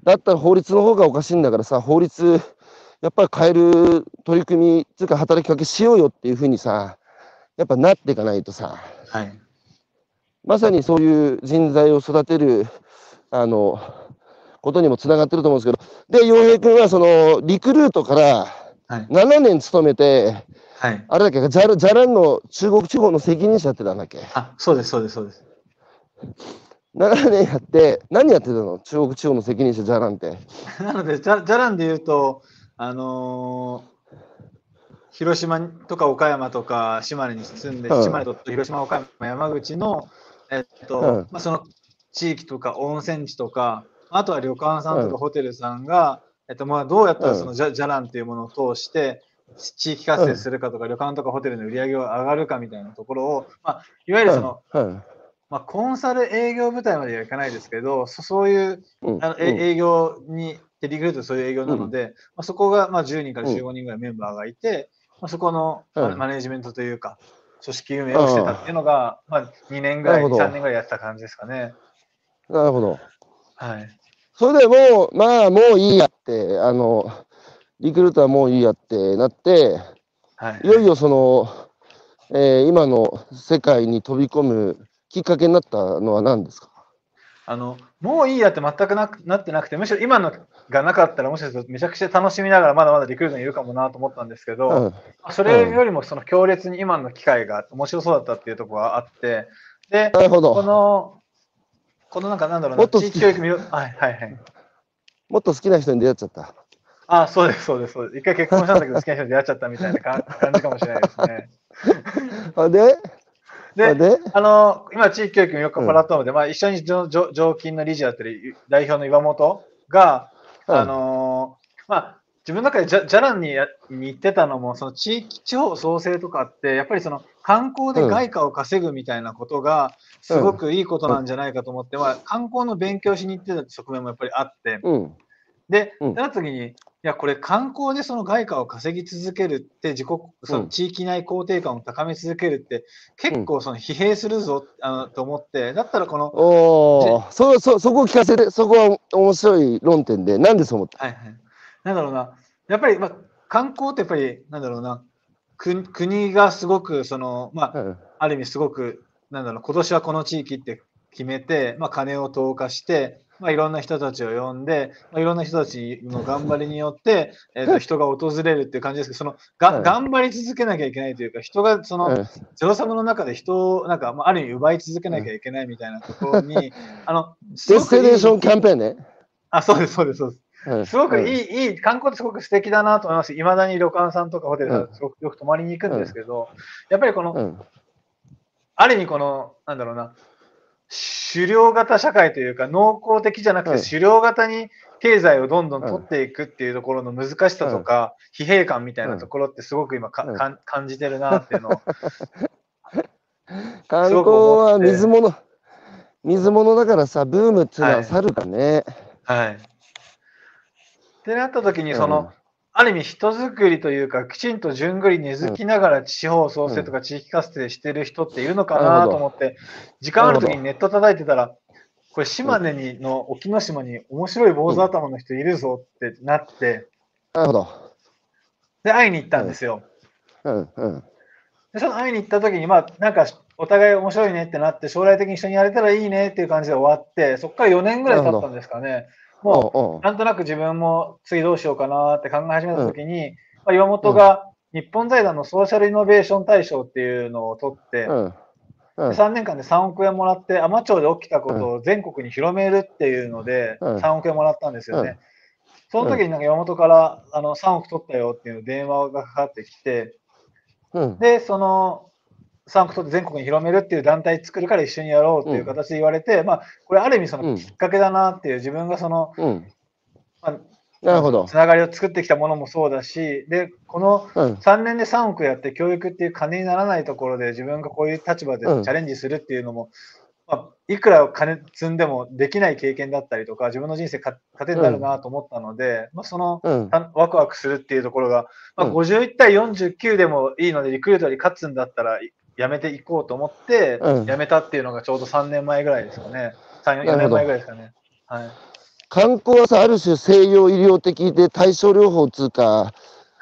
だったら法律の方がおかしいんだからさ、法律、やっぱり変える取り組み、つうか働きかけしようよっていうふうにさ、やっぱなっていかないとさ、 はい。 まさにそういう人材を育てる、ことにもつながってると思うんですけど、で、洋平君はその、リクルートからはい。 7年勤めて、 はい。 あれだっけ、じゃらんの中国地方の責任者やってたんだっけ。 そうです、そうです、そうです。 7年やって、何やってたの中国地方の責任者じゃらんって。 なので、じゃらんで言うと、あのー広島とか岡山とか島根に住んで、 うん。 島根と広島、岡山、山口の、 うん。 その地域とか温泉地とか、あとは旅館さんとかうん。 ホテルさんが、どうやったらそのうん。 じゃらんっていうものを通して、地域活性うん。 するかとか、旅館とかホテルの売り上げが上がるかみたいなところを、いわゆるうん。うん。 コンサル営業部隊まではいかないですけど、そういううん。うん。 営業にでリクルートそういう営業なので、まあ、そこがまあ10人から15人ぐらいメンバーがいて、まあ、そこのマネジメントというか、組織運営をしてたっていうのが、まあ、2年ぐらい、3年ぐらいやってた感じですかね。 なるほど。 はい。 それでもう、まあ、もういいやって、リクルートはもういいやってなって、いよいよその、今の世界に飛び込むきっかけになったのは何ですか？ もういいやって全くなってなくて、むしろ今のがなかったら、もしかするとめちゃくちゃ楽しみながらまだまだリクルートにいるかもなと思ったんですけど、それよりもその強烈に今の機会が面白そうだったっていうところがあって、で、 なるほど。 このなんかなんだろうな、地域教育はいはいはい。 もっと好きな人に出会っちゃった。 あ、そうです、そうです、そうです。一回結婚したんだけど好きな人に出会っちゃったみたいな感じかもしれないですね。で、今、地域教育のよくプラットフォームで、まあ、一緒に常勤の理事だったり、代表の岩本が、まあ、自分の中でじゃらんに言ってたのも、その地方創生とかって、やっぱりその観光で外貨を稼ぐみたいなことが、すごくいいことなんじゃないかと思って、まあ、観光の勉強しに行ってた側面もやっぱりあって、で、その時に、いや、これ観光でその外貨を稼ぎ続けるって、その地域内肯定感を高め続けるって、結構その疲弊するぞ、と思って、だったらこの、 そこを聞かせて、そこは面白い論点で、なんでそう思った？ はいはい。なんだろうな、やっぱり、まあ、観光ってやっぱり、なんだろうな、国がすごく、その、まあ、ある意味すごく、なんだろう、今年はこの地域って決めて、まあ、金を投下して、まあ、いろんな人たちを呼んで、まあ、いろんな人たちの頑張りによって、人が訪れるっていう感じですけど、その頑張り続けなきゃいけないというか、人がその、ゼロサムの中で人を、なんか、まあ、ある意味奪い続けなきゃいけないみたいなところに、 デスティネーションキャンペーンね。 あ、そうです、そうです、そうです。すごくいい、観光ってすごく素敵だなと思いますし、いまだに旅館さんとかホテルさん、すごくよく泊まりに行くんですけど、やっぱりこの、ある意味この、なんだろうな、狩猟型社会というか、農耕的じゃなくて狩猟型に経済をどんどん取っていくっていうところの難しさとか、疲弊感みたいなところってすごく今感じてるなっていうのを。 観光は水物だからさ、ブームっていうのは去るかね。 はい。ってなった時に、その、ある意味人づくりというか、きちんと順繰り根付きながら地方創生とか地域活性してる人っているのかなと思って、時間ある時にネット叩いてたら、これ島根の沖ノ島に面白い坊主頭の人いるぞってなって、 なるほど。 で、会いに行ったんですよ。で、その会いに行った時に、まあ、なんか、お互い面白いねってなって、将来的に一緒にやれたらいいねっていう感じで終わって、そこから4年ぐらい経ったんですかね。もう、なんとなく自分も次どうしようかなって考え始めた時に、まあ、岩本が日本財団のソーシャルイノベーション大賞っていうのを取って、3年間で3億円もらって、海士町で起きたことを全国に広めるっていうので、3億円もらったんですよね。その時になんか山本から3億取ったよっていう電話がかかってきて、で、その3億取って全国に広めるっていう団体作るから一緒にやろうっていう形で言われて、まあ、これある意味そのきっかけだなっていう、自分がその、なるほど。つながりを作ってきたものもそうだし、で、この3年で3億やって教育っていう金にならないところで自分がこういう立場でチャレンジするっていうのも、まあ、いくら金積んでもできない経験だったりとか、自分の人生糧になるなと思ったので、まあ、その、ワクワクするっていうところが、まあ、51対49でもいいので、リクルートに勝つんだったらやめていこうと思って、やめたっていうのがちょうど3年前ぐらいですかね。3、4年前ぐらいですかね。はい。 観光はさ、ある種西洋医療的で対症療法つうか、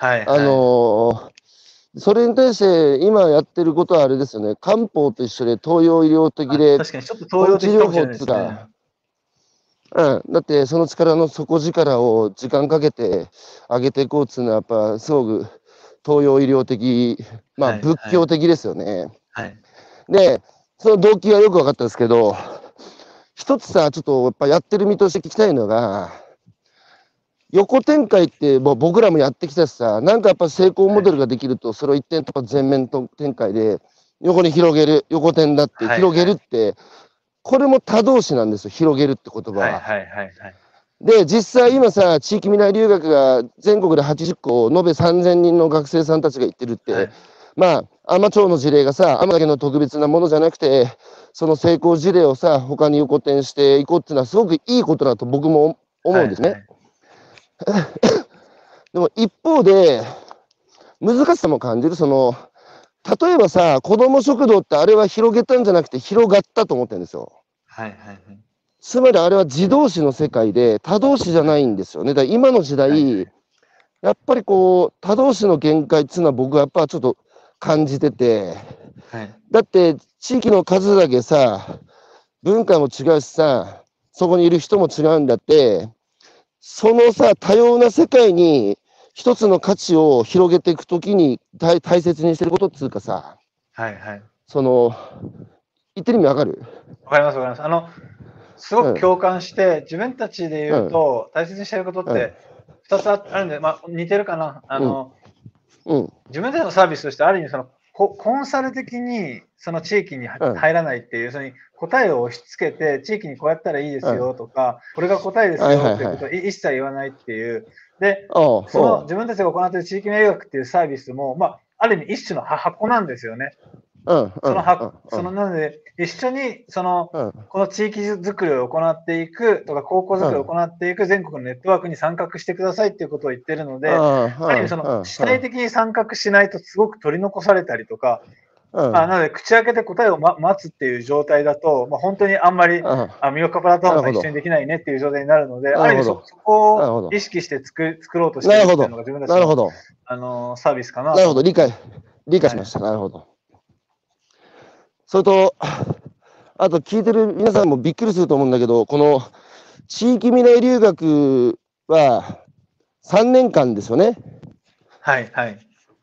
それに対して今やってることはあれですよね、漢方と一緒で東洋医療的で、 確かにちょっと東洋的かもしれないですね。 だってその力の底力を時間かけて上げていこうっていうのはやっぱすごく東洋医療的、まあ仏教的ですよね。で、その動機はよく分かったんですけど、一つさ、ちょっとやっぱやってる身として聞きたいのが、横展開ってもう僕らもやってきたしさ、なんかやっぱ成功モデルができると、それを一点とか全面展開で横に広げる、横展だって広げるって、これも他動詞なんですよ、広げるって言葉は。で、実際今さ、地域未来留学が全国で80校、延べ3000人の学生さんたちが行ってるって、まあ、海士町の事例がさ、海だけの特別なものじゃなくて、その成功事例をさ、他に横転していこうっていうのはすごくいいことだと僕も思うんですね。 でも一方で、難しさも感じる。例えばさ、子ども食堂ってあれは広げたんじゃなくて広がったと思ってるんですよ。 はいはいはい。 つまりあれは自動詞の世界で他動詞じゃないんですよね。だから今の時代、 はいはい。 やっぱり他動詞の限界っていうのは僕はやっぱちょっと感じてて、 はい。 だって地域の数だけさ、文化も違うしさ、そこにいる人も違うんだって、そのさ、多様な世界に一つの価値を広げていくときに大切にしてることっていうかさ、 はいはい。 その、言ってる意味わかる？ わかりますわかります。すごうん、 く共感して、自分たちで言ううん、 と、大切にしていることっうん、 て2つあるんで、まあ、似てるかな。 うん、うん、 自分たちのサービスとして、ある意味コンサル的にその地域にうん、 入らないっていう、その答えを押し付けて、地域にこうやったらいいですうん。 よとか、これが答えですはいよはいはい。 っていうことを一切言わないっていう。で、 おう、 そのお自分たちが行っている地域名学っていうサービスも、まあ、ある意味一種の箱なんですよね。 う、うん、うん、うん、うん、 なので、一緒に、 うん、 この地域づくりを行っていくとか、高校づくりをうん。 行っていく全国のネットワークに参画してくださいっていうことを言ってるので、ある意味うん、 主体的に参画しないとすごく取り残されたりとか、 うん、 なので、口開けて答えを、待つっていう状態だと、まあ、本当にあんまり、 うん。 ミオカプラットフォームさん一なるほど。 緒にできないねっていう状態になるので、ある意味なるほど。 そこをなるほど。 意識して作ろうとしてなるほど。 るっていうのが自分たちの、 なるほど。 サービスかななるほど。 と思ってます。 理解はい。 しました。なるほど。それと、あと聞いてる皆さんもびっくりすると思うんだけど、この地域未来留学は3年間ですよね。 はい、はい。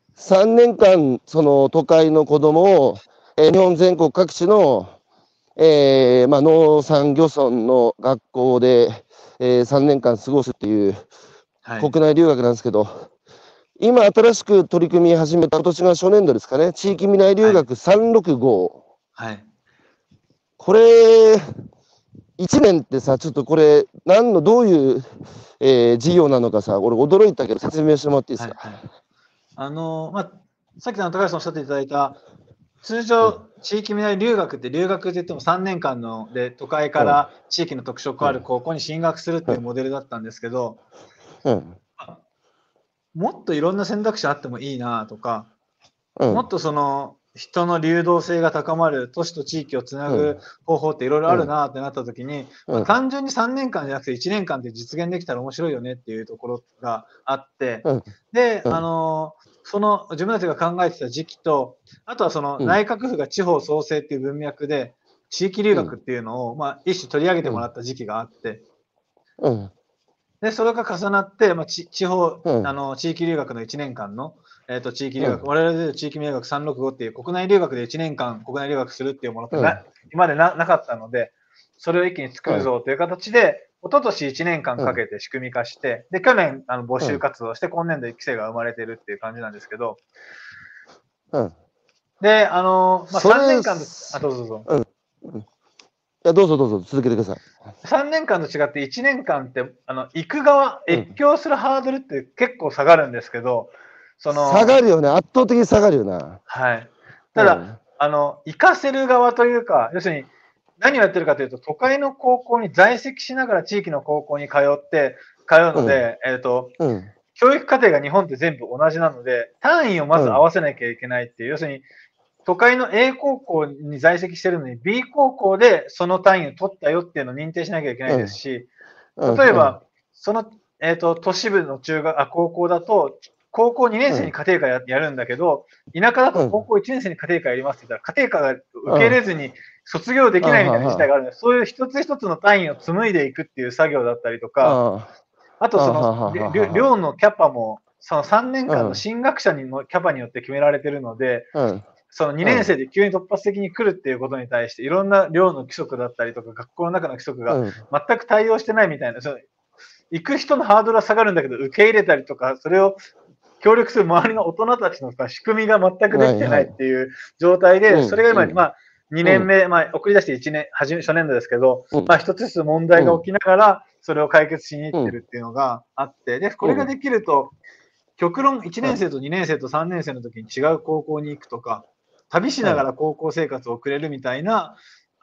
3年間、その都会の子供を、日本全国各地の、まあ、農産漁村の学校で、3年間過ごすっていうはい。 国内留学なんですけど、今新しく取り組み始めた今年が初年度ですかね、地域未来留はい。 学365。 はい。 これ、1年ってさ、ちょっとこれ、どういう、事業なのかさ、俺驚いたけど説明してもらっていいですはい。 か？ はい。まあ、さっき高橋さんおっしゃっていただいた、通うん、 常、地域未来留学って留学で言っても3年間で都会かうん、 ら地域の特色うん、 ある高校に進学するっていううん、 モデルだったんですけど、 うん、 もっといろんな選択肢あってもいいなとか、 うん、 もっと人の流動性が高まる都市と地域をつなうん、 ぐ方法っていろいろあるうん、 なってなった時に、まあ、 うん、 単純に3年間じゃなくて1年間で実現できたら面白いよねっていうところがあって、 うん、 で、 うん、 自分たちが考えてた時期と、あとはうん、 内閣府が地方創生っていう文脈で、地域留うん、 学っていうのを、まあ、一種取り上げてうん、 もらった時期があって、 うん、 で、それが重なって、まあ、地方、 うん、 地域留学の1年間の、地域留学、 うん、 我々で地域留学365っていう国内留学で1年間国内留学するっていうものってうん、 今までなかったので、それを一気に作るぞという形で、一昨年1年間かけて仕組み化して、で、去年募集活動して、今年度1期生が生まれてるっていう感じなんですけど、 うん。 で、まあ、3 それ、 年間と、どうぞどうぞ。 うん、うん。いや、どうぞどうぞ、続けてください。 3年間と違って1年間って、行く側、 うん。 越境するハードルって結構下がるんですけど、その、 下がるよね。圧倒的に下がるよな。 はい。ただ、 うん。 行かせる側というか、要するに、何をやってるかというと、都会の高校に在籍しながら地域の高校に通ううん。 ので、 うん。 教育課程が日本って全部同じなので、単位をまず合うん。 わせなきゃいけないっていう、要するに、都会の A 高校に在籍してるのに B 高校でその単位を取ったよっていうのを認定しなきゃいけないうん。 ですし、 うん。うん。 例えば、その、都市部の高校だと、高校2年生にうん。 家庭科やるんだけど、田舎だとうん。 高校1年生に家庭科やりますって言ったら、家庭科が受け入あれずに卒業であ、 きないみたいな事態はがあるので、そういう一つ一つの単位を紡いでいくっていう作業だったりとあ、 か、 はあとあ、はあ、はあ、は寮のキャパも、その3年間のあ、 進学者のキャパによって決められているので、 うん。 その2 うん。 年生で急に突発的に来るっていうことに対して、いろんな寮の規則だったりとか、学校の中の規則がうん。 全く対応してないみたいな、行く人のハードルは下がるんだけど、受け入れたりとか、それを協力する周りの大人たちの仕組みが全くできてないはいはい。 っていう状態で、そうん。 れが今、まうん。 あ、2年うん。 目、まあ、送り出して1年、初年度ですけど、 うん。 まあ、一つずつ問題うん。 が起きながら、それを解決しに行うん。 ってるっていうのがあって、で、こうん。 れができると、極論1 はい。 年生と2年生と3年生の時に違う高校に行くとか、旅しながら高校生活を送れるみたいな、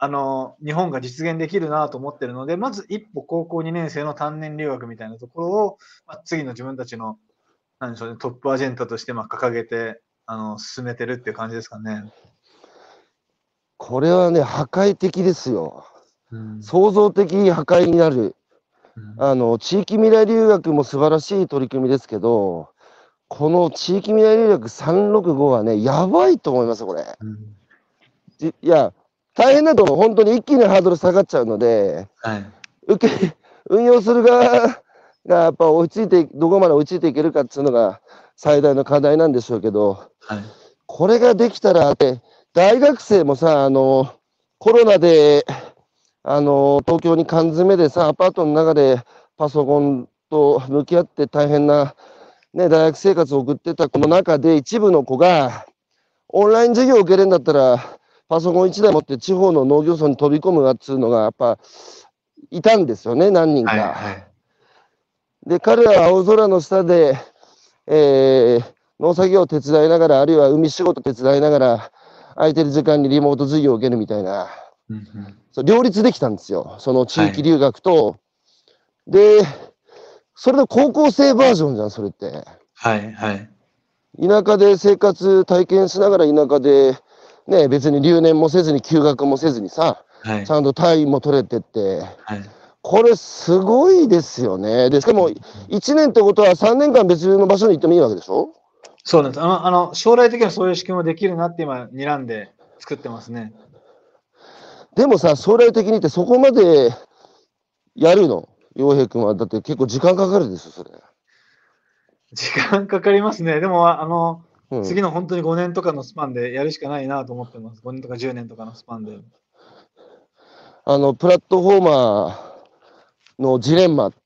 日本が実現できるなと思ってるので、まず一歩高校2年生の単年留学みたいなところを、次の自分たちの、なんでしょうね、トップアジェンダとして掲げて、進めてるっていう感じですかね。 これはね、破壊的ですよ。 うん。 創造的破壊になる。 うん。 地域未来留学も素晴らしい取り組みですけど、この地域未来留学365はね、やばいと思います、これ。 うん。 いや、大変だと思う。本当に一気にハードル下がっちゃうので、 はい。 運用する側がやっぱ追いついて、どこまで追いついていけるかっていうのが最大の課題なんでしょうけど、 はい。 これができたら、大学生もさ、コロナで、東京に缶詰でさ、アパートの中でパソコンと向き合って大変な、ね、大学生活を送ってたこの中で、一部の子が、オンライン授業を受けるんだったら、パソコン1台持って地方の農業村に飛び込むわっつうのが、やっぱ、いたんですよね、何人か。 はい。はい。 で、彼らは青空の下で、農作業を手伝いながら、あるいは海仕事手伝いながら、空いてる時間にリモート授業を受けるみたいな、 うん。うん。 そう両立できたんですよ。その地はい。 域留学と、で、それの高校生バージョンじゃん、それって。 はい。はい。 田舎で生活体験しながら田舎で、ね、別に留年もせずに休学もせずにさ、 はい。 ちゃんと単位も取れてって、 はい。 これすごいですよね。で、しかも1年ってことは3年間別の場所に行ってもいいわけでしょ？ そうなんです。将来的にはそういう仕組みもできるなって今、睨んで作ってますね。 でもさ、将来的にってそこまでやるの？陽平君は。だって結構時間かかるですよ、それ。 時間かかりますね。でも、 うん。 次の本当に5年とかのスパンでやるしかないなと思ってます。5年とか10年とかのスパンで。 プラットフォーマーのジレンマって、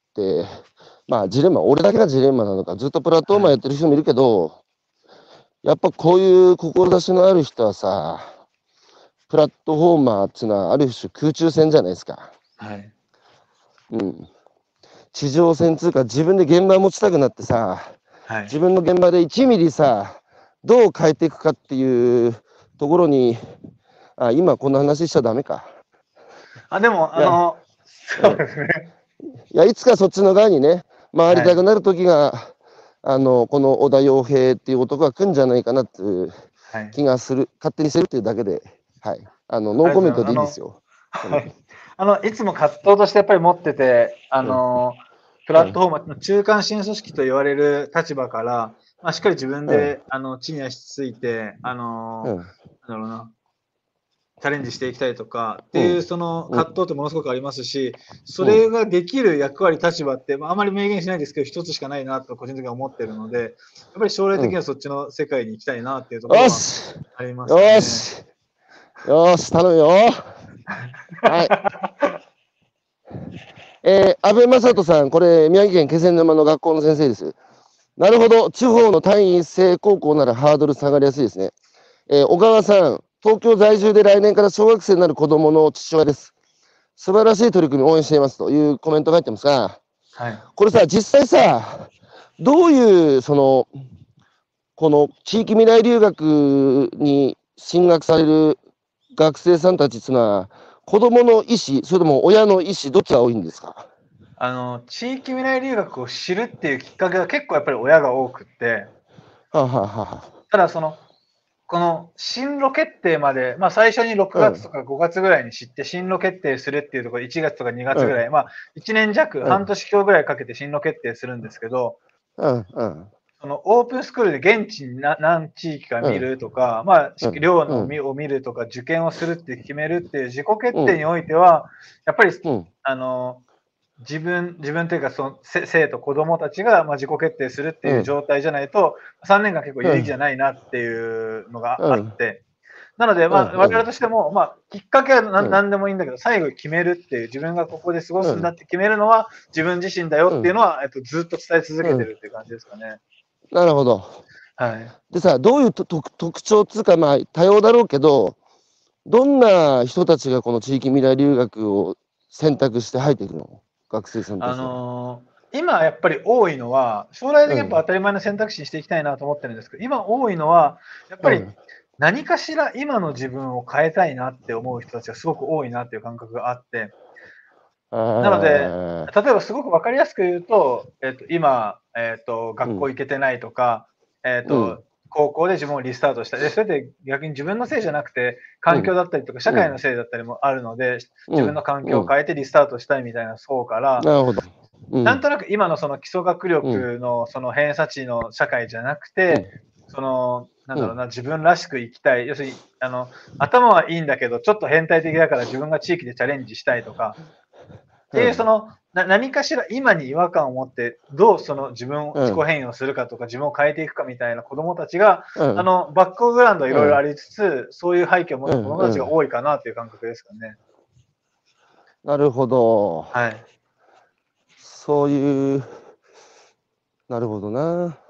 まあジレンマ、俺だけがジレンマなのか、ずっとプラットフォーマーやってる人もいるけど、やっぱこういう志のある人はさ、プラットフォーマーっていうのはある種空中戦じゃないですか。 はい。 うん。地上戦つうか自分で現場持ちたくなってさ、 はい。 自分の現場で1ミリさ、どう変えていくかっていうところに、今こんな話しちゃダメか。 でも、 いや、 そうですね。 いや、いつかそっちの側にね、回りはい。 たくなる時が、この小田洋平っていう男が来るんじゃないかなっていうはい。 気がする。勝手にしてるっていうだけで、はい。ノありがとうございます。 ーコメントでいいですよ。うん。 はい。いつも活動としてやっぱり持ってて、 うん。 プうん。 ラットフォーマーの中間支援組織と言われる立場から、しっかり自分うん。 で、地に足ついて、 うん。 なんだろうな、チャレンジしていきたいとかっていう、 うん。 そのうん。 葛藤ってものすごくありますし、そうん。 れができる役割、立場って、あまり明言しないですけど、一つしかないなと個人的には思ってるので、やっぱり将来うん。 的にはそっちの世界に行きたいなっていうところはよしありますかよね。 しよし頼むよ。はい。安倍正人さん、これ、宮城県気仙沼の学校の先生です。なるほど。地方の単位制高校ならハードル下がりやすいですね。小川さん、東京在住で来年から小学生になる子供の父親です。素晴らしい取り組みを応援していますというコメントが入ってますが、 はい。 これさ、実際さ、どういう、この地域未来留学に進学される学生さんたちっていうのは、子供の意思、それとも親の意思、どっちが多いんですか？ 地域未来留学を知るっていうきっかけが結構やっぱり親が多くって、 はあ、はあはただこの進路決定まで、最初に6 あ、うん、 月とか5月ぐらいに知って進路決定するっていうところで1月とか2 うん、 月ぐらい、1年弱、 うん、 半年強ぐらいかけて進路決定するんですけど、 うん、うん、 そのオープンスクールで現地に何地域か見うん、 るとか、 うん、 寮うん、 を見るとか、受験をするって決めるっていう自己決うん、 定においては、やっぱり、 うん、 あの、自分というか、生徒、子供たちが自己決定するってうん、 いう状態じゃないと、3年間結構うん、 有意義じゃないなっていうのがうん、 あって、なので、 うん、 我々としても、きっかけはうん、 何でもいいんだけど、最後決めるっていう、自分がここで過ごうん、 すんだって決めるのは自分自身だようん、 っていうのは、ずっと伝え続うん。 けてるっていう感じですかね。 なるほど。 はい。 でさ、どういう特徴っていうか、まあ、多様だろうけど、どんな人たちがこの地域未来留学を選択して入っていくの？学生さんたちは。 今やっぱり多いのは、将来的にやっぱうん、 当たり前の選択肢にしていきたいなと思ってるんですけど、今多いのは、やっぱりうん、 何かしら今の自分を変えたいなって思う人たちがすごく多いなっていう感覚があって、なので、例えばすごく分かりやすく言うと、今、学校行けてないとか、高校で自分をリスタートしたい。で、それって逆に自分のせいじゃなくて、環境だったりとか、社会のせいだったりもあるので、自分の環境を変えてリスタートしたいみたいな層から、 なるほど。 なんとなく今のその基礎学力のその偏差値の社会じゃなくて、その、なんだろうな、自分らしく生きたい。要するに、頭はいいんだけど、ちょっと変態的だから自分が地域でチャレンジしたいとか、っていう、その、何かしら今に違和感を持って、どうその自分を自己変容するかとか、自分を変えていくかみたいな子供たちが、バックグラウンドいろいろありつつ、そういう背景を持った子供たちが多いかなっていう感覚ですかね。 なるほど。 はい。 そういう、なるほどな。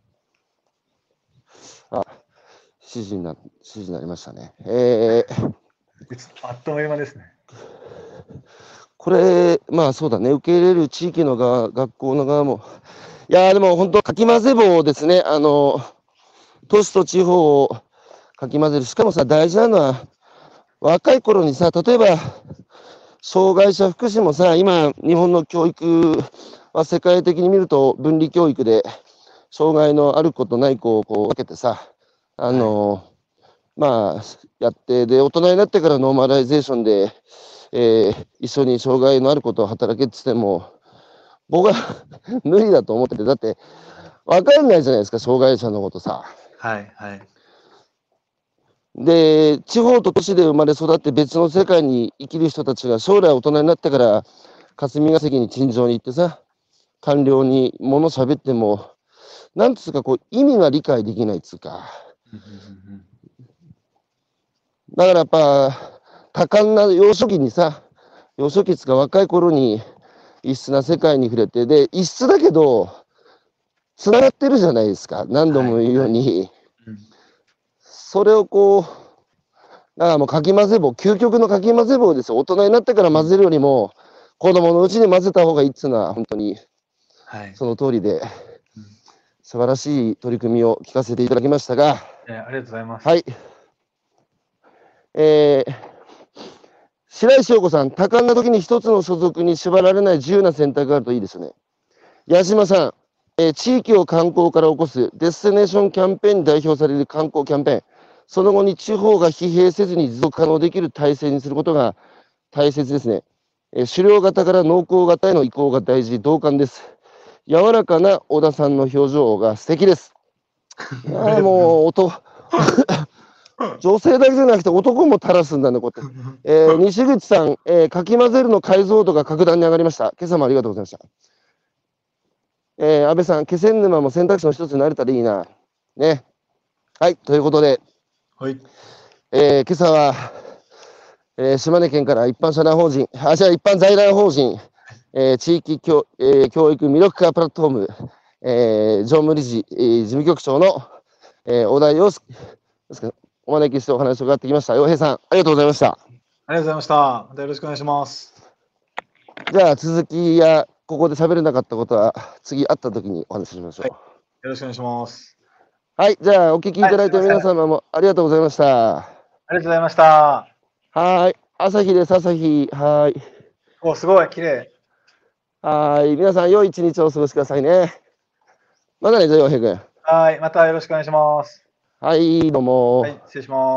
指示になりましたね。 あっという間ですね。 これ、まあそうだね、受け入れる地域の側、学校の側も、いやでも本当、かき混ぜ棒ですね、都市と地方をかき混ぜる、しかもさ、大事なのは、若い頃にさ、例えば、障害者福祉もさ、今、日本の教育は世界的に見ると、分離教育で、障害のある子とない子をこう分けてさ、まあ、やって、で、大人になってからノーマライゼーションで、一緒に障害のあることを働けって言っても、僕は無理だと思ってて、だって、分かんないじゃないですか、障害者のことさ。 はいはい。 で、地方と都市で生まれ育って別の世界に生きる人たちが将来大人になってから、霞が関に陳情に行ってさ、官僚に物喋っても、なんつうかこう、意味が理解できないっつうか。だからやっぱ、多感な幼少期にさ、幼少期っつうか若い頃に異質な世界に触れて、で、異質だけど、つながってるじゃないですか。何度も言うように。それをこう、だからもうかき混ぜ棒、究極のかき混ぜ棒ですよ。大人になってから混ぜるよりも、子供のうちに混ぜた方がいいっつうのは、本当に、その通りで、素晴らしい取り組みを聞かせていただきましたが、 ありがとうございます。 はい。白石陽子さん、多感な時に一つの所属に縛られない自由な選択があるといいですよね。矢島さん、地域を観光から起こすデスティネーションキャンペーンに代表される観光キャンペーン、その後に地方が疲弊せずに持続可能できる体制にすることが大切ですね。狩猟型から農耕型への移行が大事、同感です。柔らかな小田さんの表情が素敵です。もう女性だけじゃなくて男も垂らすんだね、こうやって。西口さん、かき混ぜるの解像度が格段に上がりました。今朝もありがとうございました。安倍さん、気仙沼も選択肢の一つになれたらいいな。ね。はい、ということで、 はい。 今朝は、島根県から一般社団法人、一般財団法人、地域教育魅力化プラットフォーム、常務理事、事務局長の、小田洋介ですか、お招きしてお話を伺ってきました。洋平さん、ありがとうございました。 ありがとうございました。またよろしくお願いします。 じゃあ、続きや、ここで喋れなかったことは、次会った時にお話ししましょう。 よろしくお願いします。 はい、じゃあ、お聞きいただいた皆様もありがとうございました。 ありがとうございました。 はい、朝日です、朝日。はい。 お、すごい、綺麗。 はい、皆さん、良い一日をお過ごしくださいね。またね、じゃあ、洋平君。 はい、またよろしくお願いします。 はい、どうも。 はい、失礼します。